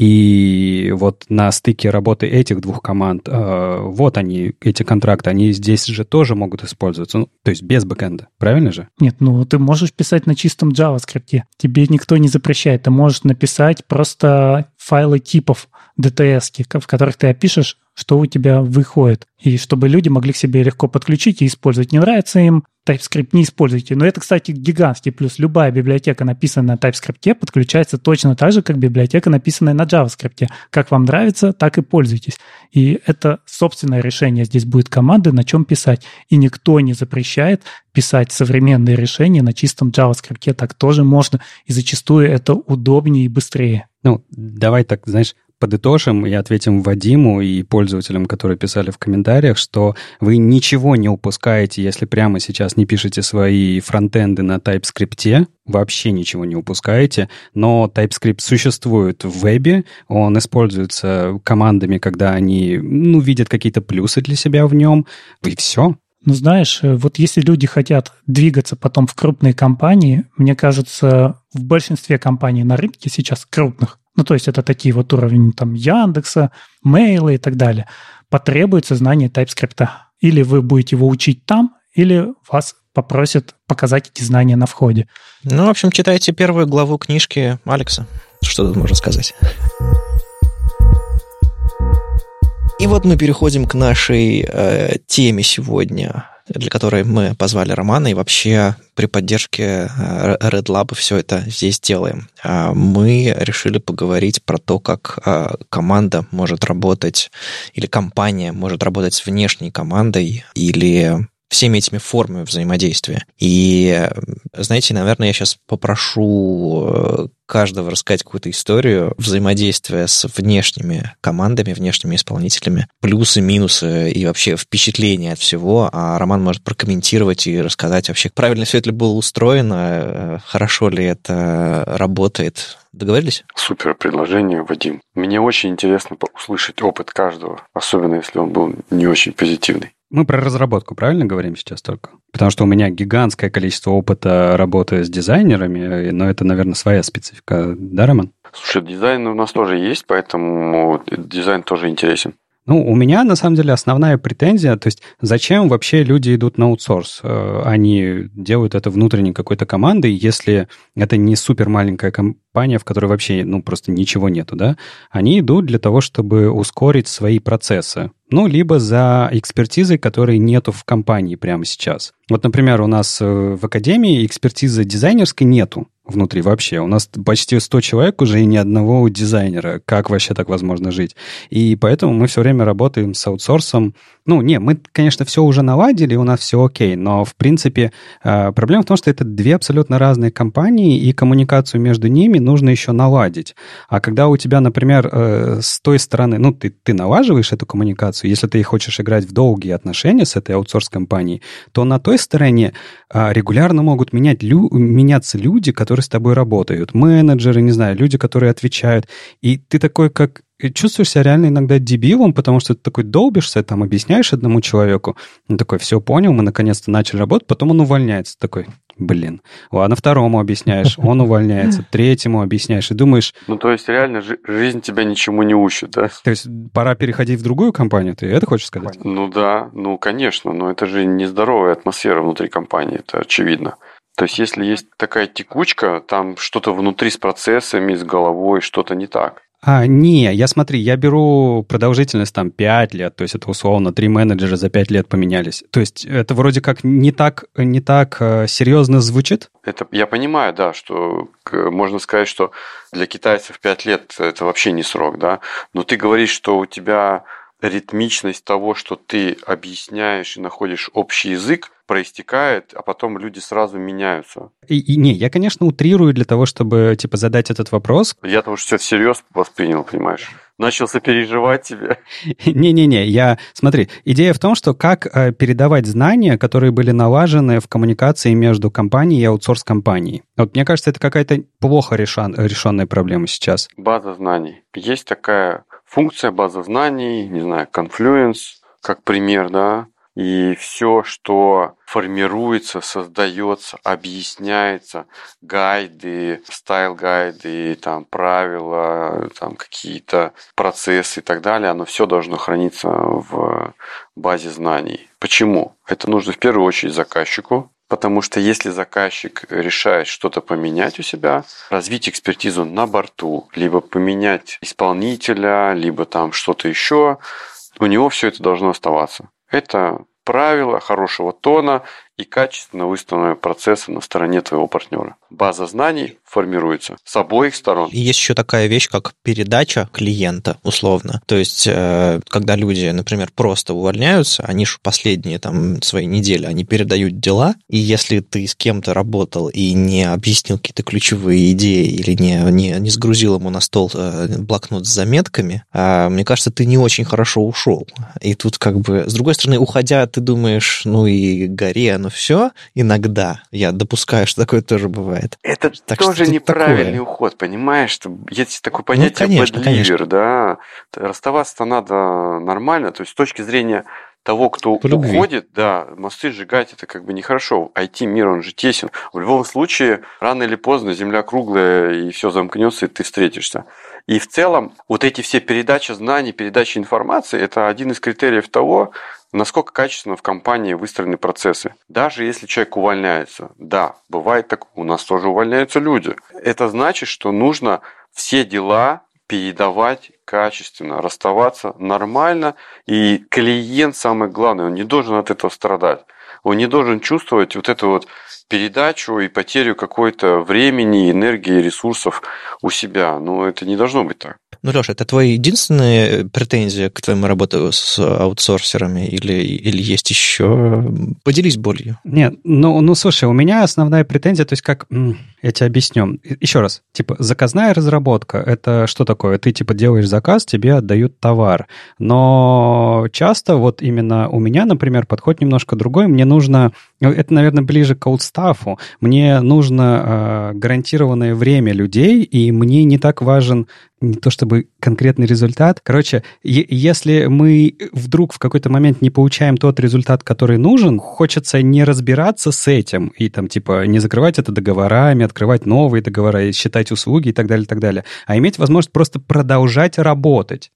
И вот на стыке работы этих двух команд, э, вот они, эти контракты, они здесь же тоже могут использоваться, ну, то есть без бэкэнда, правильно же? Нет, ну ты можешь писать на чистом JavaScript. Тебе никто не запрещает. Ты можешь написать просто файлы типов ди ти эс-ки, в которых ты опишешь, что у тебя выходит. И чтобы люди могли к себе легко подключить и использовать. Не нравится им TypeScript, не используйте. Но это, кстати, гигантский плюс. Любая библиотека, написанная на TypeScript, подключается точно так же, как библиотека, написанная на JavaScript. Как вам нравится, так и пользуйтесь. И это собственное решение здесь будет команды, на чем писать. И никто не запрещает писать современные решения на чистом JavaScript. Так тоже можно. И зачастую это удобнее и быстрее. Ну, давай так, знаешь, подытожим и ответим Вадиму и пользователям, которые писали в комментариях, что вы ничего не упускаете, если прямо сейчас не пишете свои фронтенды на TypeScript, вообще ничего не упускаете, но TypeScript существует в вебе, он используется командами, когда они, ну, видят какие-то плюсы для себя в нем, и все. Ну, знаешь, вот если люди хотят двигаться потом в крупные компании, мне кажется, в большинстве компаний на рынке сейчас крупных, ну, то есть это такие вот уровни там Яндекса, Мейла и так далее, потребуется знание TypeScript. Или вы будете его учить там, или вас попросят показать эти знания на входе. Ну, в общем, читайте первую главу книжки Алекса. Что тут можно сказать? И вот мы переходим к нашей э, теме сегодня, для которой мы позвали Романа, и вообще при поддержке э, Red Lab все это здесь делаем. Э, мы решили поговорить про то, как э, команда может работать, или компания может работать с внешней командой, или всеми этими формами взаимодействия. И, знаете, наверное, я сейчас попрошу каждого рассказать какую-то историю взаимодействия с внешними командами, внешними исполнителями, плюсы, минусы и вообще впечатления от всего. А Роман может прокомментировать и рассказать вообще, правильно все это было устроено, хорошо ли это работает. Договорились? Супер предложение, Вадим. Мне очень интересно услышать опыт каждого, особенно если он был не очень позитивный. Мы про разработку, правильно говорим сейчас только? Потому что у меня гигантское количество опыта работы с дизайнерами, но это, наверное, своя специфика. Да, Роман? Слушай, дизайн у нас тоже есть, поэтому дизайн тоже интересен. Ну, у меня, на самом деле, основная претензия, то есть зачем вообще люди идут на аутсорс? Они делают это внутренней какой-то командой, если это не супер маленькая компания, в которой вообще, ну, просто ничего нету, да? Они идут для того, чтобы ускорить свои процессы. Ну, либо за экспертизой, которой нету в компании прямо сейчас. Вот, например, у нас в академии экспертизы дизайнерской нету внутри вообще. У нас почти сто человек уже и ни одного дизайнера. Как вообще так возможно жить? И поэтому мы все время работаем с аутсорсом. Ну, не, мы, конечно, все уже наладили, у нас все окей, но, в принципе, проблема в том, что это две абсолютно разные компании, и коммуникацию между ними нужно еще наладить. А когда у тебя, например, с той стороны, ну, ты, ты налаживаешь эту коммуникацию, если ты хочешь играть в долгие отношения с этой аутсорс-компанией, то на той стороне регулярно могут менять лю- меняться люди, которые с тобой работают, менеджеры, не знаю, люди, которые отвечают. И ты такой, как чувствуешь себя реально иногда дебилом, потому что ты такой долбишься, там, объясняешь одному человеку, он такой, все, понял, мы наконец-то начали работать, потом он увольняется, такой, блин. Ладно, второму объясняешь, он увольняется, третьему объясняешь, и думаешь... Ну, то есть, реально, жи- жизнь тебя ничему не учит, да? То есть, пора переходить в другую компанию, ты это хочешь сказать? Ну, да, ну, конечно, но это же нездоровая атмосфера внутри компании, это очевидно. То есть, если есть такая текучка, там что-то внутри с процессами, с головой, что-то не так. А, не, я смотри, я беру продолжительность там пять лет, то есть это условно три менеджера за пять лет поменялись. То есть это вроде как не так, не так э, серьезно звучит? Это я понимаю, да, что можно сказать, что для китайцев пять лет это вообще не срок, да, но ты говоришь, что у тебя ритмичность того, что ты объясняешь и находишь общий язык, проистекает, а потом люди сразу меняются. И, и не, я, конечно, утрирую для того, чтобы, типа, задать этот вопрос. Я-то уж все всерьез воспринял, понимаешь? Начал сопереживать тебе. Не-не-не, я... Смотри, идея в том, что как э, передавать знания, которые были налажены в коммуникации между компанией и аутсорс-компанией. Вот мне кажется, это какая-то плохо решен, решенная проблема сейчас. База знаний. Есть такая функция база знаний, не знаю, Confluence, как пример, да, и все, что формируется, создается, объясняется, гайды, стайл-гайды, там, правила, там, какие-то процессы и так далее, оно все должно храниться в базе знаний. Почему? Это нужно в первую очередь заказчику, потому что если заказчик решает что-то поменять у себя, развить экспертизу на борту, либо поменять исполнителя, либо там что-то еще, у него все это должно оставаться. Это правило хорошего тона и качественно выставленные процессы на стороне твоего партнера. База знаний формируется с обоих сторон. И есть еще такая вещь, как передача клиента, условно. То есть, когда люди, например, просто увольняются, они же последние там свои недели, они передают дела, и если ты с кем-то работал и не объяснил какие-то ключевые идеи или не, не, не сгрузил ему на стол блокнот с заметками, мне кажется, ты не очень хорошо ушел. И тут как бы, с другой стороны, уходя, ты думаешь, ну и гори оно все. Иногда я допускаю, что такое тоже бывает. Это так тоже неправильный такое. уход, понимаешь? Что есть такое понятие ну, конечно, бэд-ливер, да? Расставаться-то надо нормально, то есть с точки зрения того, кто По любви. уходит, да, мосты сжигать это как бы нехорошо. ай ти-мир, он же тесен. В любом случае, рано или поздно земля круглая, и все замкнется, и ты встретишься. И в целом, вот эти все передачи знаний, передачи информации, это один из критериев того, насколько качественно в компании выстроены процессы. Даже если человек увольняется. Да, бывает так, у нас тоже увольняются люди. Это значит, что нужно все дела передавать качественно, расставаться нормально. И клиент, самое главное, он не должен от этого страдать. Он не должен чувствовать вот эту вот передачу и потерю какой-то времени, энергии, ресурсов у себя. Но это не должно быть так. Ну, Леша, это твои единственные претензии к твоему работе с аутсорсерами или, или есть еще? Поделись болью. Нет, ну, ну, слушай, у меня основная претензия, то есть как, я тебе объясню. Еще раз, типа, заказная разработка, это что такое? Ты, типа, делаешь заказ, тебе отдают товар. Но часто вот именно у меня, например, подход немножко другой. Мне нужно, это, наверное, ближе к аутстафу, мне нужно э, гарантированное время людей, и мне не так важен не то чтобы конкретный результат. Короче, е- если мы вдруг в какой-то момент не получаем тот результат, который нужен, хочется не разбираться с этим и там типа не закрывать это договорами, открывать новые договора, и считать услуги и так далее, и так далее, а иметь возможность просто продолжать работать.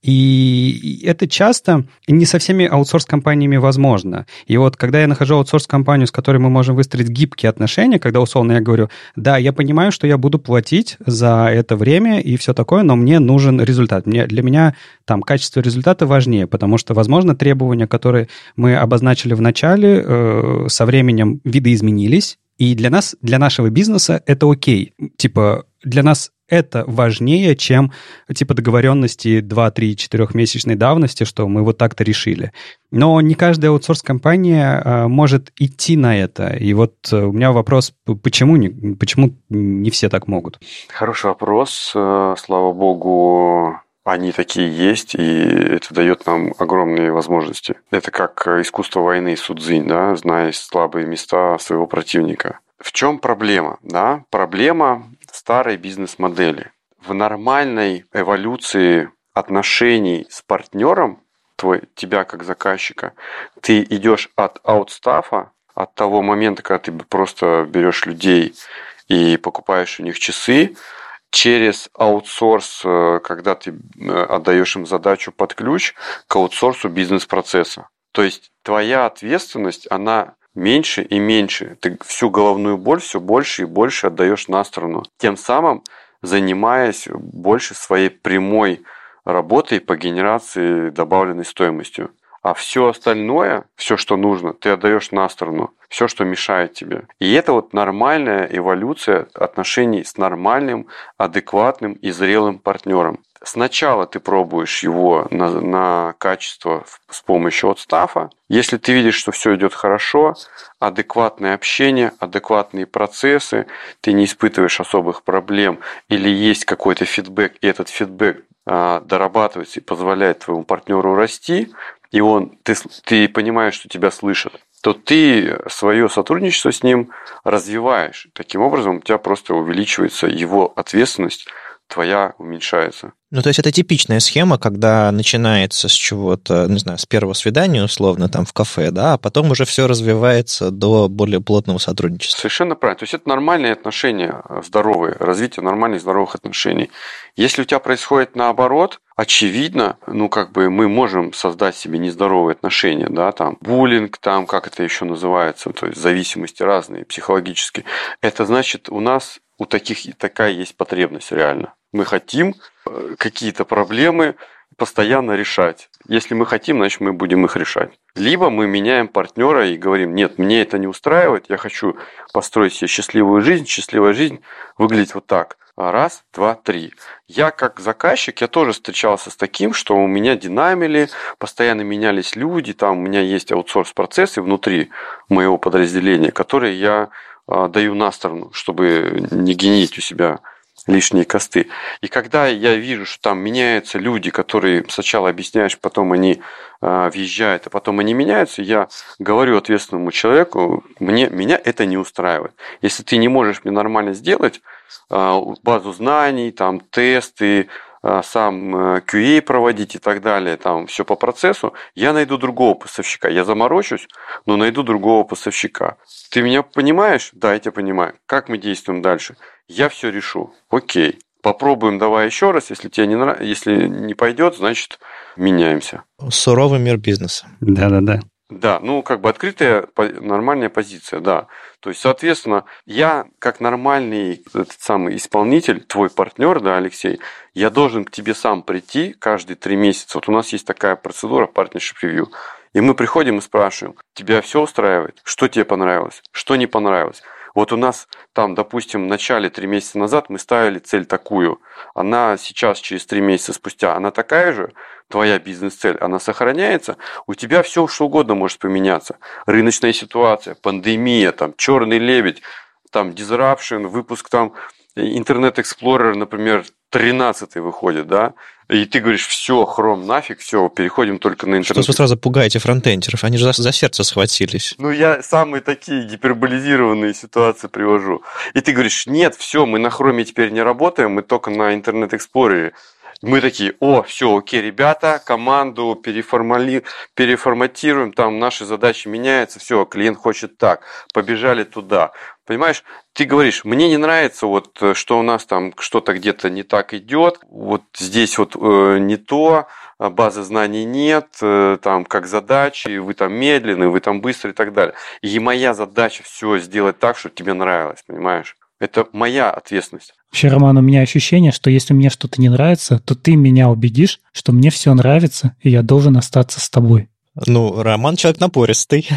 И это часто не со всеми аутсорс-компаниями возможно. И вот когда я нахожу аутсорс-компанию, с которой мы можем выстроить гибкие отношения, когда условно я говорю, да, я понимаю, что я буду платить за это время и все такое, но мне нужен результат. Мне, для меня там качество результата важнее, потому что, возможно, требования, которые мы обозначили в начале, э, со временем видоизменились, и для нас, для нашего бизнеса это окей. Типа, для нас это важнее, чем типа договоренности два, три, четырехмесячной давности, что мы вот так-то решили. Но не каждая аутсорс-компания э, может идти на это. И вот э, у меня вопрос, почему не, почему не все так могут? Хороший вопрос. Слава богу, они такие есть, и это дает нам огромные возможности. Это как искусство войны Судзинь, да, зная слабые места своего противника. В чем проблема? Да? Проблема старой бизнес-модели. В нормальной эволюции отношений с партнером, твой, тебя как заказчика, ты идешь от аутстафа, от того момента, когда ты просто берешь людей и покупаешь у них часы, через аутсорс, когда ты отдаешь им задачу под ключ, к аутсорсу бизнес-процесса. То есть твоя ответственность, она меньше и меньше. Ты всю головную боль все больше и больше отдаешь на сторону. Тем самым занимаясь больше своей прямой работой по генерации добавленной стоимостью. А все остальное, все, что нужно, ты отдаешь на сторону. Все, что мешает тебе. И это вот нормальная эволюция отношений с нормальным, адекватным и зрелым партнером. Сначала ты пробуешь его на, на качество с помощью отстафа. Если ты видишь, что все идет хорошо, адекватное общение, адекватные процессы, ты не испытываешь особых проблем или есть какой-то фидбэк, и этот фидбэк а, дорабатывается и позволяет твоему партнеру расти, и он, ты, ты понимаешь, что тебя слышат, то ты свое сотрудничество с ним развиваешь. Таким образом, у тебя просто увеличивается его ответственность, твоя уменьшается. Ну, то есть это типичная схема, когда начинается с чего-то, не знаю, с первого свидания, условно, там в кафе, да, а потом уже все развивается до более плотного сотрудничества. Совершенно правильно. То есть это нормальные отношения, здоровые, развитие нормальных здоровых отношений. Если у тебя происходит наоборот, очевидно, ну, как бы мы можем создать себе нездоровые отношения, да, там, буллинг, там, как это еще называется, то есть зависимости разные, психологические. Это значит, у нас у таких такая есть потребность реально. Мы хотим какие-то проблемы постоянно решать. Если мы хотим, значит, мы будем их решать. Либо мы меняем партнера и говорим, нет, мне это не устраивает, я хочу построить себе счастливую жизнь. Счастливая жизнь выглядит вот так. Раз, два, три. Я как заказчик, я тоже встречался с таким, что у меня динамили, постоянно менялись люди, там у меня есть аутсорс-процессы внутри моего подразделения, которые я э, даю на сторону, чтобы не генерить у себя лишние косты. И когда я вижу, что там меняются люди, которые сначала объясняешь, потом они э, въезжают, а потом они меняются, я говорю ответственному человеку, мне, меня это не устраивает. Если ты не можешь мне нормально сделать э, базу знаний, там, тесты, э, сам э, кью эй проводить и так далее, там, все по процессу, я найду другого поставщика. Я заморочусь, но найду другого поставщика. Ты меня понимаешь? Да, я тебя понимаю. Как мы действуем дальше? Я все решу. Окей. Попробуем, давай еще раз. Если тебе не нравится, если не пойдет, значит, меняемся. Суровый мир бизнеса. Да-да-да. Да, ну, как бы открытая, нормальная позиция, да. То есть, соответственно, я, как нормальный этот самый исполнитель, твой партнер, да, Алексей, я должен к тебе сам прийти каждые три месяца. Вот у нас есть такая процедура, partnership review. И мы приходим и спрашиваем, тебя все устраивает? Что тебе понравилось? Что не понравилось? Вот у нас там, допустим, в начале, три месяца назад мы ставили цель такую. Она сейчас, через три месяца спустя, она такая же, твоя бизнес-цель, она сохраняется. У тебя все что угодно может поменяться. Рыночная ситуация, пандемия, там, черный лебедь, там, disruption, выпуск там, Internet Explorer, например, тринадцатый выходит, да, и ты говоришь, все, хром нафиг, все, переходим только на интернет. Что вы сразу пугаете фронтендеров? Они же за, за сердце схватились. Ну, я самые такие гиперболизированные ситуации привожу. И ты говоришь, нет, все, мы на хроме теперь не работаем, мы только на Internet Explorer. Мы такие, о, все, окей, ребята, команду переформали... переформатируем, там наши задачи меняются, все, клиент хочет так, побежали туда. Понимаешь, ты говоришь, мне не нравится, вот, что у нас там что-то где-то не так идет, вот здесь вот э, не то, базы знаний нет, э, там как задачи, вы там медленные, вы там быстрые и так далее. И моя задача все сделать так, чтобы тебе нравилось, понимаешь? Это моя ответственность. Вообще, Роман, у меня ощущение, что если мне что-то не нравится, то ты меня убедишь, что мне все нравится, и я должен остаться с тобой. Ну, Роман человек напористый.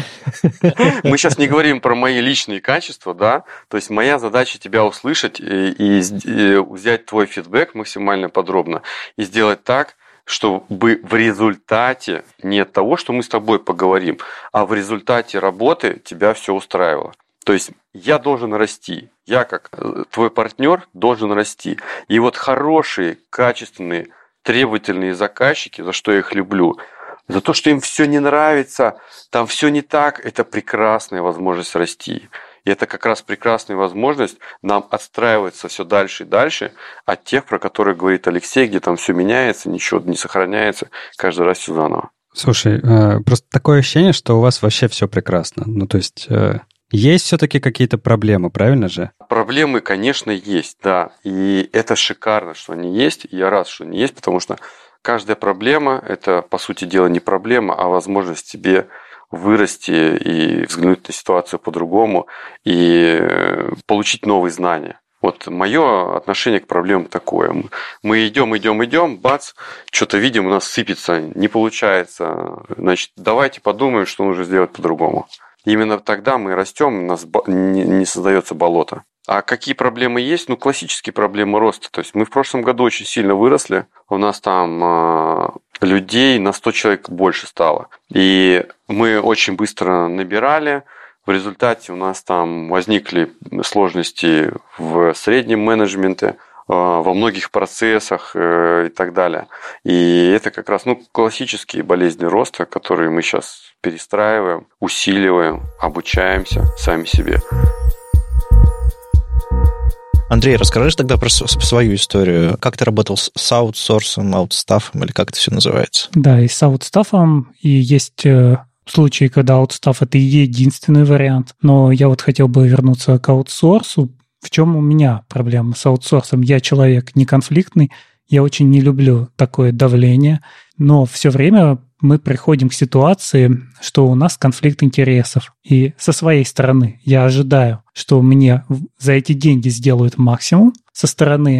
Мы сейчас не говорим про мои личные качества, да, то есть моя задача тебя услышать и, и, и взять твой фидбэк максимально подробно и сделать так, чтобы в результате не от того, что мы с тобой поговорим, а в результате работы тебя все устраивало. То есть я должен расти, я как твой партнер должен расти. И вот хорошие, качественные, требовательные заказчики, за что я их люблю, за то, что им все не нравится, там все не так, это прекрасная возможность расти. И это как раз прекрасная возможность нам отстраиваться все дальше и дальше от тех, про которые говорит Алексей, где там все меняется, ничего не сохраняется, каждый раз все заново. Слушай, просто такое ощущение, что у вас вообще все прекрасно. Ну, то есть... Есть все-таки какие-то проблемы, правильно же? Проблемы, конечно, есть, да. И это шикарно, что они есть. И я рад, что они есть, потому что каждая проблема – это, по сути дела, не проблема, а возможность тебе вырасти и взглянуть на ситуацию по-другому и получить новые знания. Вот мое отношение к проблемам такое. Мы идем, идем, идем, бац, что-то видим, у нас сыпется, не получается. Значит, давайте подумаем, что нужно сделать по-другому. Именно тогда мы растем, у нас не создается болото. А какие проблемы есть? Ну, классические проблемы роста. То есть мы в прошлом году очень сильно выросли. У нас там э, людей на сто человек больше стало. И мы очень быстро набирали. В результате у нас там возникли сложности в среднем менеджменте, во многих процессах и так далее. И это как раз ну, классические болезни роста, которые мы сейчас перестраиваем, усиливаем, обучаемся сами себе. Андрей, расскажи тогда про свою историю. Как ты работал с аутсорсом, аутстафом, или как это все называется? Да, и с аутстафом, и есть случаи, когда аутстаф – это единственный вариант. Но я вот хотел бы вернуться к аутсорсу. В чем у меня проблема с аутсорсом? Я человек неконфликтный, я очень не люблю такое давление, но все время мы приходим к ситуации, что у нас конфликт интересов. И со своей стороны я ожидаю, что мне за эти деньги сделают максимум. Со стороны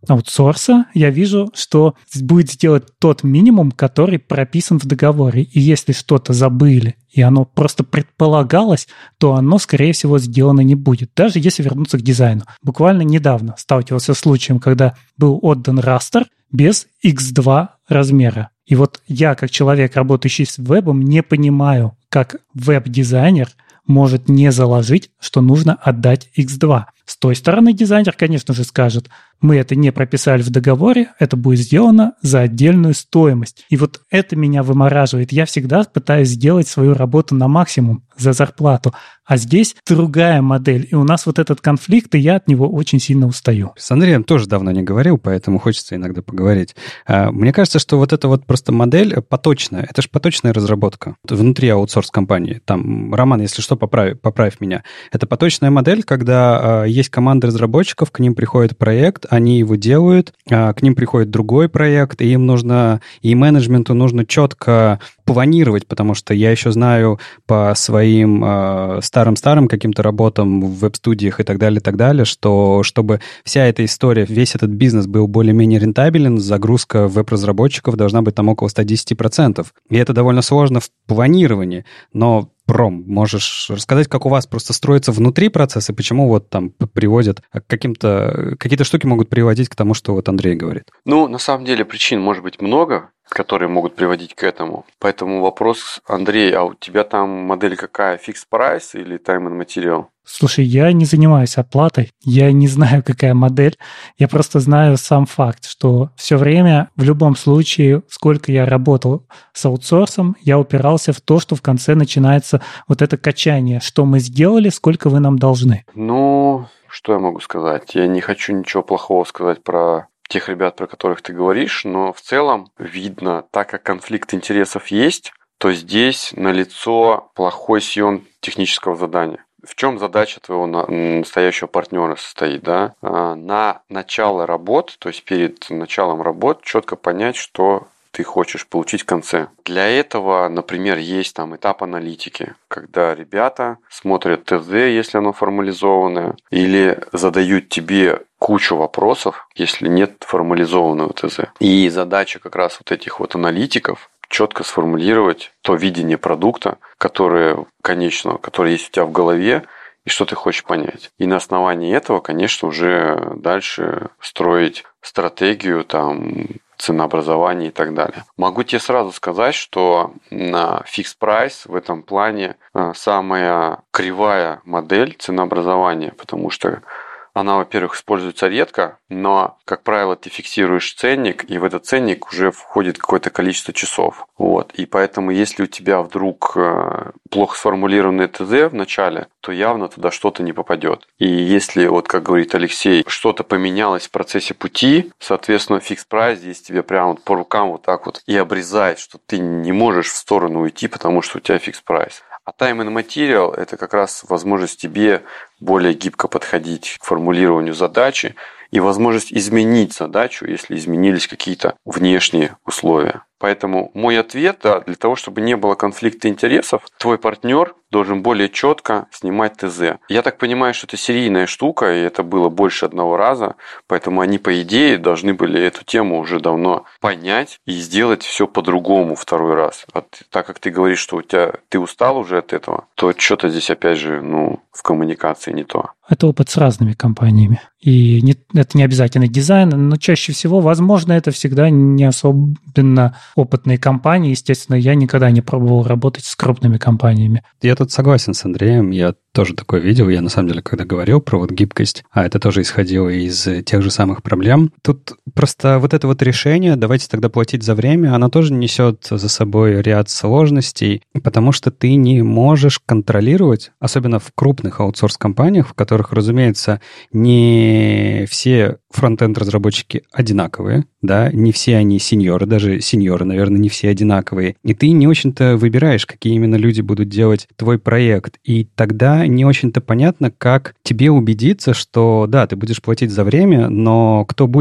аутсорса я вижу, что будет сделать тот минимум, который прописан в договоре. И если что-то забыли, и оно просто предполагалось, то оно, скорее всего, сделано не будет. Даже если вернуться к дизайну. Буквально недавно сталкивался с случаем, когда был отдан растер без икс два размера. И вот я, как человек, работающий с вебом, не понимаю, как веб-дизайнер может не заложить, что нужно отдать икс два. С той стороны дизайнер, конечно же, скажет, мы это не прописали в договоре, это будет сделано за отдельную стоимость. И вот это меня вымораживает. Я всегда пытаюсь сделать свою работу на максимум за зарплату. А здесь другая модель. И у нас вот этот конфликт, и я от него очень сильно устаю. С Андреем тоже давно не говорил, поэтому хочется иногда поговорить. Мне кажется, что вот эта вот просто модель поточная. Это же поточная разработка внутри аутсорс-компании. Там, Роман, если что, поправь, поправь меня. Это поточная модель, когда есть команда разработчиков, к ним приходит проект, они его делают, к ним приходит другой проект, и им нужно, и менеджменту нужно четко планировать, потому что я еще знаю по своим э, старым-старым каким-то работам в веб-студиях и так далее, и так далее, что чтобы вся эта история, весь этот бизнес был более-менее рентабелен, загрузка веб-разработчиков должна быть там около сто десять процентов. И это довольно сложно в планировании, но Ром, можешь рассказать, как у вас просто строится внутри процесс, и почему вот там приводят к каким-то... Какие-то штуки могут приводить к тому, что вот Андрей говорит? Ну, на самом деле причин может быть много, которые могут приводить к этому. Поэтому вопрос, Андрей, а у тебя там модель какая? Fixed price или time and material? Слушай, я не занимаюсь оплатой, я не знаю, какая модель, я просто знаю сам факт, что все время, в любом случае, сколько я работал с аутсорсом, я упирался в то, что в конце начинается вот это качание, что мы сделали, сколько вы нам должны. Ну, что я могу сказать? Я не хочу ничего плохого сказать про тех ребят, про которых ты говоришь, но в целом видно, так как конфликт интересов есть, то здесь налицо плохой съем технического задания. В чем задача твоего настоящего партнера состоит, да? На начало работ, то есть перед началом работ, четко понять, что ты хочешь получить в конце. Для этого, например, есть там этап аналитики, когда ребята смотрят ТЗ, если оно формализованное, или задают тебе кучу вопросов, если нет формализованного ТЗ. И задача как раз вот этих вот аналитиков четко сформулировать то видение продукта, которое, конечно, которое есть у тебя в голове, и что ты хочешь понять. И на основании этого, конечно, уже дальше строить стратегию, там, ценообразование и так далее. Могу тебе сразу сказать, что на Fixed Price в этом плане самая кривая модель ценообразования, потому что она, во-первых, используется редко, но, как правило, ты фиксируешь ценник, и в этот ценник уже входит какое-то количество часов. Вот. И поэтому, если у тебя вдруг плохо сформулированный ТЗ в начале, то явно туда что-то не попадет. И если, вот как говорит Алексей, что-то поменялось в процессе пути, соответственно, Fixed Price здесь тебе прямо вот по рукам вот так вот и обрезает, что ты не можешь в сторону уйти, потому что у тебя Fixed Price. А time and material – это как раз возможность тебе более гибко подходить к формулированию задачи и возможность изменить задачу, если изменились какие-то внешние условия. Поэтому мой ответ, да, для того, чтобы не было конфликта интересов, твой партнер должен более четко снимать ТЗ. Я так понимаю, что это серийная штука, и это было больше одного раза, поэтому они, по идее, должны были эту тему уже давно понять и сделать все по-другому второй раз. А ты, так как ты говоришь, что у тебя ты устал уже от этого, то что-то здесь опять же, ну, в коммуникации не то. Это опыт с разными компаниями. И не, это не обязательно дизайн, но чаще всего, возможно, это всегда не особенно опытные компании. Естественно, я никогда не пробовал работать с крупными компаниями. Я тут согласен с Андреем. Я тоже такое видел. Я, на самом деле, когда говорил про вот гибкость, а это тоже исходило из тех же самых проблем. Тут просто вот это вот решение, давайте тогда платить за время, оно тоже несет за собой ряд сложностей, потому что ты не можешь контролировать, особенно в крупных аутсорс-компаниях, в которых, разумеется, не все фронт-энд-разработчики одинаковые, да, не все они сеньоры, даже сеньоры, наверное, не все одинаковые. И ты не очень-то выбираешь, какие именно люди будут делать твой проект. И тогда не очень-то понятно, как тебе убедиться, что, да, ты будешь платить за время, но кто будет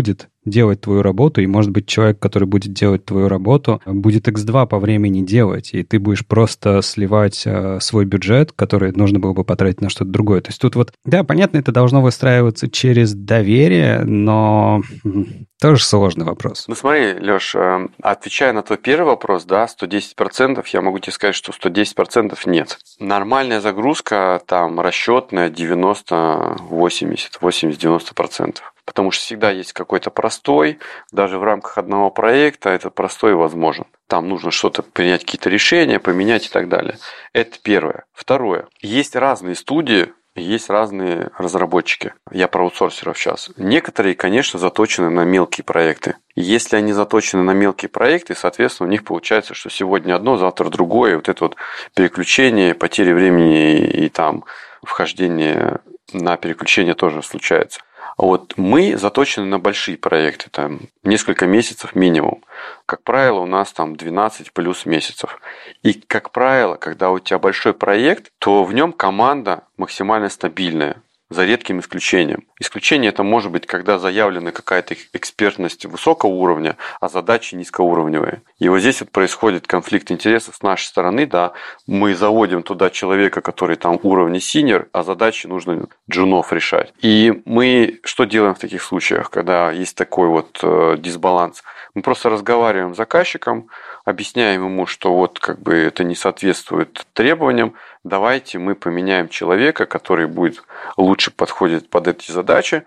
делать твою работу, и, может быть, человек, который будет делать твою работу, будет икс два по времени делать, и ты будешь просто сливать э, свой бюджет, который нужно было бы потратить на что-то другое. То есть тут вот, да, понятно, это должно выстраиваться через доверие, но тоже сложный вопрос. Ну смотри, Леш, отвечая на твой первый вопрос, да, сто десять процентов, я могу тебе сказать, что сто десять процентов нет. Нормальная загрузка, там, расчетная девяносто, восемьдесят, восемьдесят-девяносто процентов. Потому что всегда есть какой-то простой, даже в рамках одного проекта этот простой возможен. Там нужно что-то принять, какие-то решения, поменять и так далее. Это первое. Второе. Есть разные студии, есть разные разработчики. Я про аутсорсеров сейчас. Некоторые, конечно, заточены на мелкие проекты. И если они заточены на мелкие проекты, соответственно, у них получается, что сегодня одно, завтра другое. И вот это вот переключение, потери времени и там вхождение на переключение тоже случается. А вот мы заточены на большие проекты, там несколько месяцев минимум. Как правило, у нас там двенадцать плюс месяцев. И, как правило, когда у тебя большой проект, то в нем команда максимально стабильная, за редким исключением. Исключение это может быть, когда заявлена какая-то экспертность высокого уровня, а задачи низкоуровневые. И вот здесь вот происходит конфликт интересов с нашей стороны, да, мы заводим туда человека, который там уровня синьор, а задачи нужно джунов решать. И мы что делаем в таких случаях, когда есть такой вот э, дисбаланс? Мы просто разговариваем с заказчиком, объясняем ему, что вот как бы это не соответствует требованиям, давайте мы поменяем человека, который будет лучше подходит под эти задачи,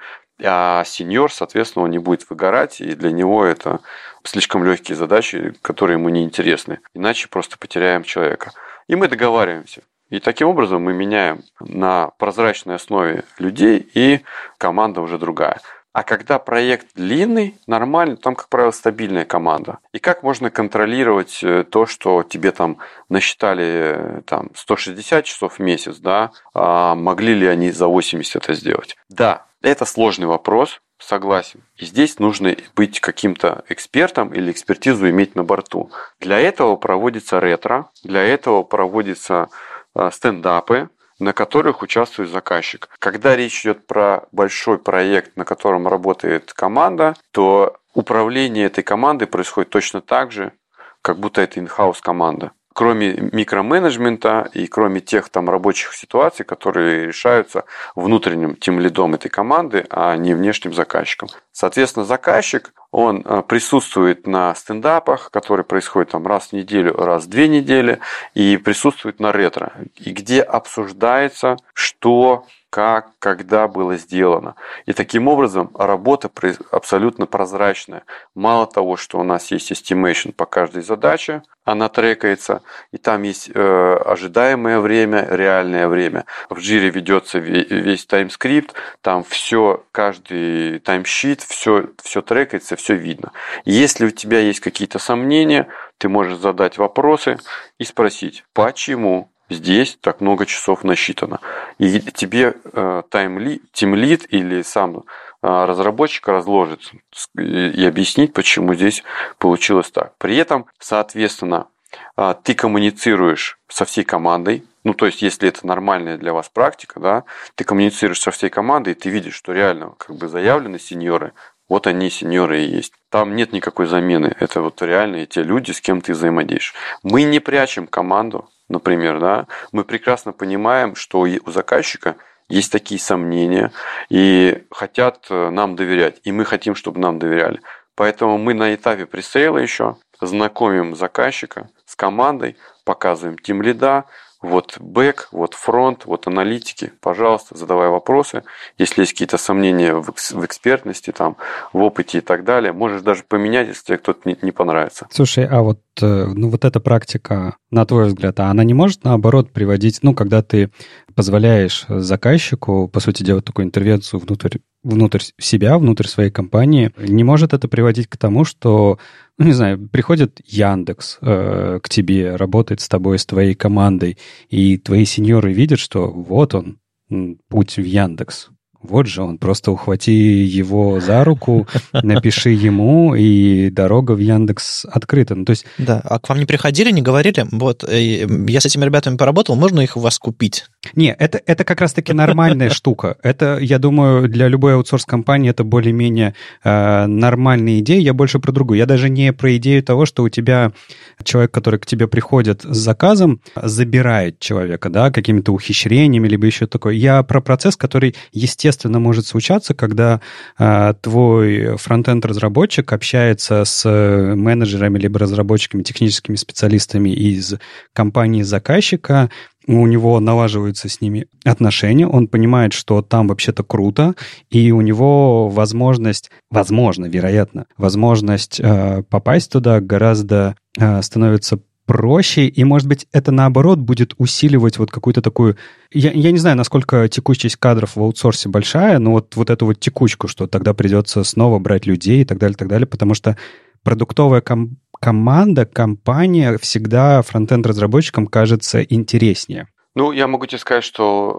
а сеньор, соответственно, он не будет выгорать, и для него это слишком легкие задачи, которые ему не интересны. Иначе просто потеряем человека. И мы договариваемся. И таким образом мы меняем на прозрачной основе людей, и команда уже другая. А когда проект длинный, нормально, там, как правило, стабильная команда. И как можно контролировать то, что тебе там насчитали там, сто шестьдесят часов в месяц, да, а могли ли они за восемьдесят это сделать? Да, это сложный вопрос, согласен. И здесь нужно быть каким-то экспертом или экспертизу иметь на борту. Для этого проводится ретро, для этого проводятся стендапы, на которых участвует заказчик. Когда речь идет про большой проект, на котором работает команда, то управление этой командой происходит точно так же, как будто это in-house команда. Кроме микроменеджмента и кроме тех там рабочих ситуаций, которые решаются внутренним тимлидом этой команды, а не внешним заказчиком. Соответственно, заказчик, он присутствует на стендапах, которые происходят там раз в неделю, раз в две недели, и присутствует на ретро, и где обсуждается, что, как, когда было сделано. И таким образом работа абсолютно прозрачная. Мало того, что у нас есть estimation по каждой задаче, она трекается, и там есть э, ожидаемое время, реальное время. В Jira ведется весь таймскрипт, там все, каждый таймшит, все, все трекается, все видно. Если у тебя есть какие-то сомнения, ты можешь задать вопросы и спросить, почему здесь так много часов насчитано. И тебе э, тимлид или сам э, разработчик разложит и объяснит, почему здесь получилось так. При этом, соответственно, э, ты коммуницируешь со всей командой. Ну, то есть, если это нормальная для вас практика, да, ты коммуницируешь со всей командой, и ты видишь, что реально как бы заявлены сеньоры, вот они, сеньоры, и есть. Там нет никакой замены. Это вот реальные те люди, с кем ты взаимодействуешь. Мы не прячем команду. Например, да, мы прекрасно понимаем, что у заказчика есть такие сомнения и хотят нам доверять, и мы хотим, чтобы нам доверяли. Поэтому мы на этапе пресейла еще знакомим заказчика с командой, показываем тимлида, вот бэк, вот фронт, вот аналитики, пожалуйста, задавай вопросы. Если есть какие-то сомнения в экспертности, там, в опыте и так далее, можешь даже поменять, если тебе кто-то не, не понравится. Слушай, а вот, ну, вот эта практика, на твой взгляд, а она не может, наоборот, приводить, ну, когда ты позволяешь заказчику, по сути, делать такую интервенцию внутрь, внутрь себя, внутрь своей компании, не может это приводить к тому, что, ну, не знаю, приходит Яндекс э, к тебе, работает с тобой, с твоей командой, и твои сеньоры видят, что вот он, путь в Яндекс. Вот же он, просто ухвати его за руку, напиши ему, и дорога в Яндекс открыта. Ну, то есть... Да, а к вам не приходили, не говорили, вот, я с этими ребятами поработал, можно их у вас купить? Не, это, это как раз-таки нормальная штука. Это, я думаю, для любой аутсорс-компании это более-менее э, нормальная идея. Я больше про другую. Я даже не про идею того, что у тебя человек, который к тебе приходит с заказом, забирает человека, да, какими-то ухищрениями, либо еще такое. Я про процесс, который, естественно, может случаться, когда э, твой фронтенд-разработчик общается с менеджерами, либо разработчиками, техническими специалистами из компании заказчика, у него налаживаются с ними отношения, он понимает, что там вообще-то круто, и у него возможность, возможно, вероятно, возможность э, попасть туда гораздо э, становится проще, и, может быть, это, наоборот, будет усиливать вот какую-то такую... Я, я не знаю, насколько текучесть кадров в аутсорсе большая, но вот, вот эту вот текучку, что тогда придется снова брать людей и так далее, и так далее, потому что продуктовая ком- команда, компания всегда фронтенд-разработчикам кажется интереснее. Ну, я могу тебе сказать,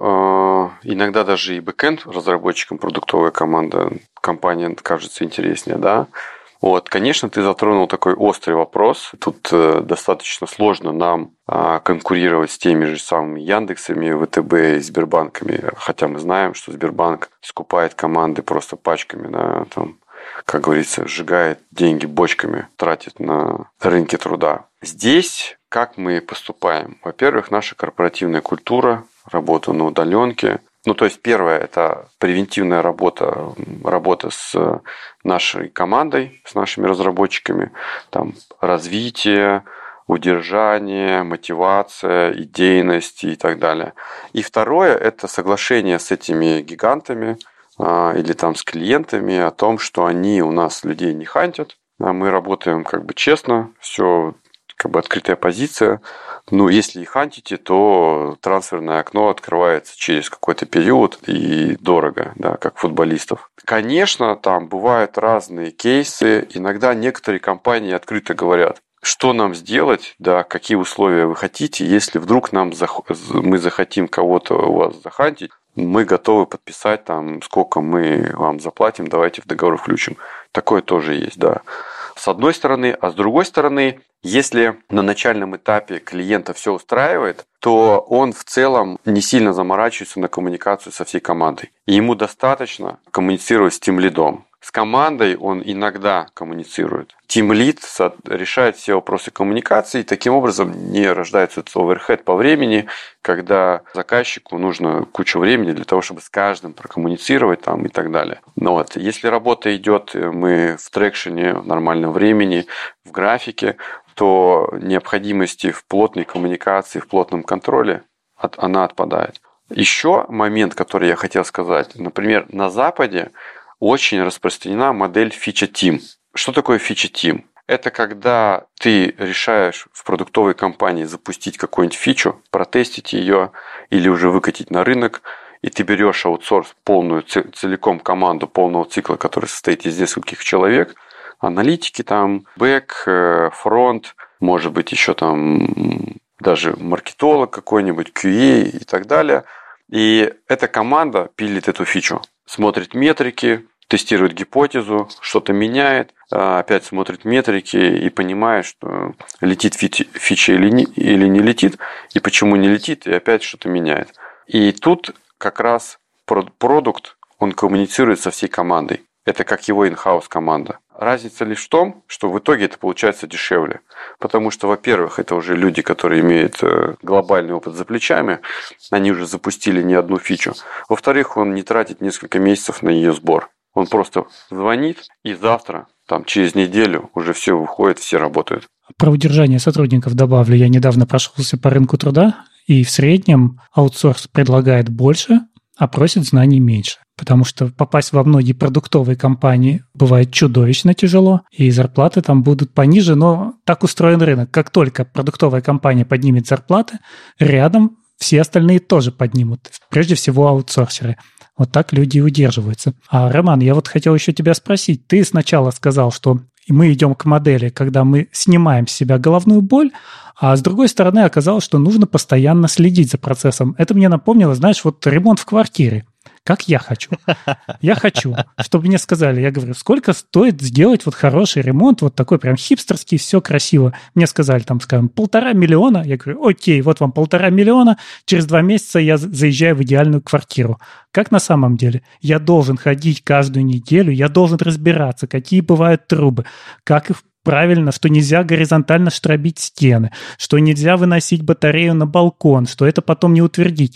что э, иногда даже и бэкэнд-разработчикам продуктовая команда, компания кажется интереснее, да. Вот, конечно, ты затронул такой острый вопрос. Тут э, достаточно сложно нам э, конкурировать с теми же самыми Яндексами, ВТБ и Сбербанками, хотя мы знаем, что Сбербанк скупает команды просто пачками, да, там, как говорится, сжигает деньги бочками, тратит на рынке труда. Здесь как мы поступаем? Во-первых, наша корпоративная культура, работа на удаленке. Ну, то есть, первое – это превентивная работа, работа с нашей командой, с нашими разработчиками, там, развитие, удержание, мотивация, идейность и так далее. И второе – это соглашение с этими гигантами, или там с клиентами о том, что они у нас людей не хантят, а мы работаем как бы честно, все как бы открытая позиция. Ну, если и хантите, то трансферное окно открывается через какой-то период и дорого, да, как футболистов. Конечно, там бывают разные кейсы. Иногда некоторые компании открыто говорят, что нам сделать, да, какие условия вы хотите, если вдруг нам зах... мы захотим кого-то у вас захантить, мы готовы подписать, там, сколько мы вам заплатим, давайте в договор включим. Такое тоже есть, да. С одной стороны, а с другой стороны, если на начальном этапе клиента все устраивает, то он в целом не сильно заморачивается на коммуникацию со всей командой. И ему достаточно коммуницировать с тимлидом. С командой он иногда коммуницирует. Тимлид решает все вопросы коммуникации, и таким образом не рождается этот оверхед по времени, когда заказчику нужно кучу времени для того, чтобы с каждым прокоммуницировать там, и так далее. Но вот, если работа идет, мы в трекшене, в нормальном времени, в графике, то необходимости в плотной коммуникации, в плотном контроле, она отпадает. Еще момент, который я хотел сказать. Например, на Западе очень распространена модель фича-тим. Что такое фича-тим? Это когда ты решаешь в продуктовой компании запустить какую-нибудь фичу, протестить ее или уже выкатить на рынок, и ты берешь аутсорс, полную целиком команду полного цикла, который состоит из нескольких человек, аналитики там, бэк, фронт, может быть еще там даже маркетолог какой-нибудь, кью эй и так далее. И эта команда пилит эту фичу, смотрит метрики, тестирует гипотезу, что-то меняет, опять смотрит метрики и понимает, что летит фича или не, или не летит, и почему не летит, и опять что-то меняет. И тут как раз продукт, он коммуницирует со всей командой. Это как его in-house команда. Разница лишь в том, что в итоге это получается дешевле. Потому что, во-первых, это уже люди, которые имеют глобальный опыт за плечами, они уже запустили не одну фичу. Во-вторых, он не тратит несколько месяцев на ее сбор. Он просто звонит, и завтра, там, через неделю уже все выходит, все работают. Про удержание сотрудников добавлю. Я недавно прошелся по рынку труда, и в среднем аутсорс предлагает больше, а просит знаний меньше. Потому что попасть во многие продуктовые компании бывает чудовищно тяжело, и зарплаты там будут пониже, но так устроен рынок. Как только продуктовая компания поднимет зарплаты, рядом все остальные тоже поднимут. Прежде всего аутсорсеры. Вот так люди и удерживаются. А, Роман, я вот хотел еще тебя спросить. Ты сначала сказал, что мы идем к модели, когда мы снимаем с себя головную боль, а с другой стороны оказалось, что нужно постоянно следить за процессом. Это мне напомнило, знаешь, вот ремонт в квартире. Как я хочу. Я хочу, чтобы мне сказали, я говорю, сколько стоит сделать вот хороший ремонт, вот такой прям хипстерский, все красиво. Мне сказали, там, скажем, полтора миллиона. Я говорю, окей, вот вам полтора миллиона, через два месяца я заезжаю в идеальную квартиру. Как на самом деле? Я должен ходить каждую неделю, я должен разбираться, какие бывают трубы, как их правильно, что нельзя горизонтально штробить стены, что нельзя выносить батарею на балкон, что это потом не утвердить.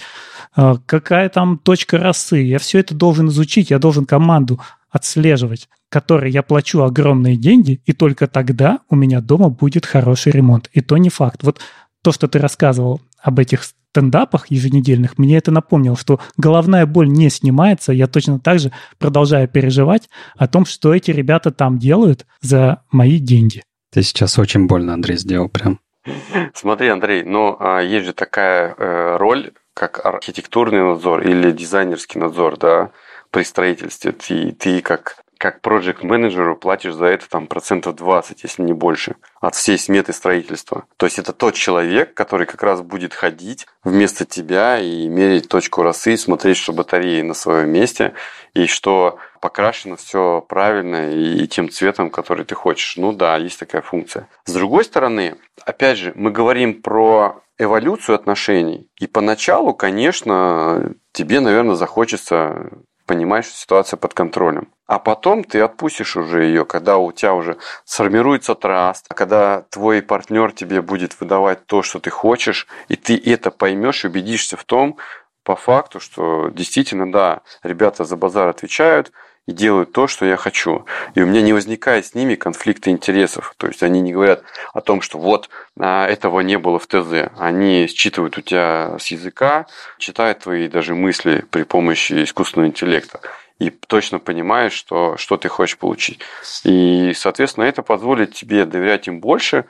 Какая там точка росы. Я все это должен изучить, я должен команду отслеживать, которой я плачу огромные деньги, и только тогда у меня дома будет хороший ремонт. И то не факт. Вот то, что ты рассказывал об этих стендапах еженедельных, мне это напомнило, что головная боль не снимается, я точно так же продолжаю переживать о том, что эти ребята там делают за мои деньги. Ты сейчас очень больно, Андрей, сделал прям. Смотри, Андрей, ну, есть же такая э, роль, как архитектурный надзор или дизайнерский надзор, да, при строительстве. Ты, ты как, как проект-менеджеру платишь за это там процентов двадцать, если не больше, от всей сметы строительства. То есть это тот человек, который как раз будет ходить вместо тебя и мерить точку росы, смотреть, что батареи на своем месте, и что покрашено все правильно и тем цветом, который ты хочешь. Ну да, есть такая функция. С другой стороны, опять же, мы говорим про эволюцию отношений. И поначалу, конечно, тебе, наверное, захочется понимать, что ситуация под контролем. А потом ты отпустишь уже ее, когда у тебя уже сформируется траст, когда твой партнер тебе будет выдавать то, что ты хочешь, и ты это поймешь и убедишься в том, по факту, что действительно, да, ребята за базар отвечают и делают то, что я хочу. И у меня не возникает с ними конфликта интересов. То есть они не говорят о том, что вот этого не было в ТЗ. Они считывают у тебя с языка, читают твои даже мысли при помощи искусственного интеллекта. И точно понимаешь, что, что ты хочешь получить. И, соответственно, это позволит тебе доверять им больше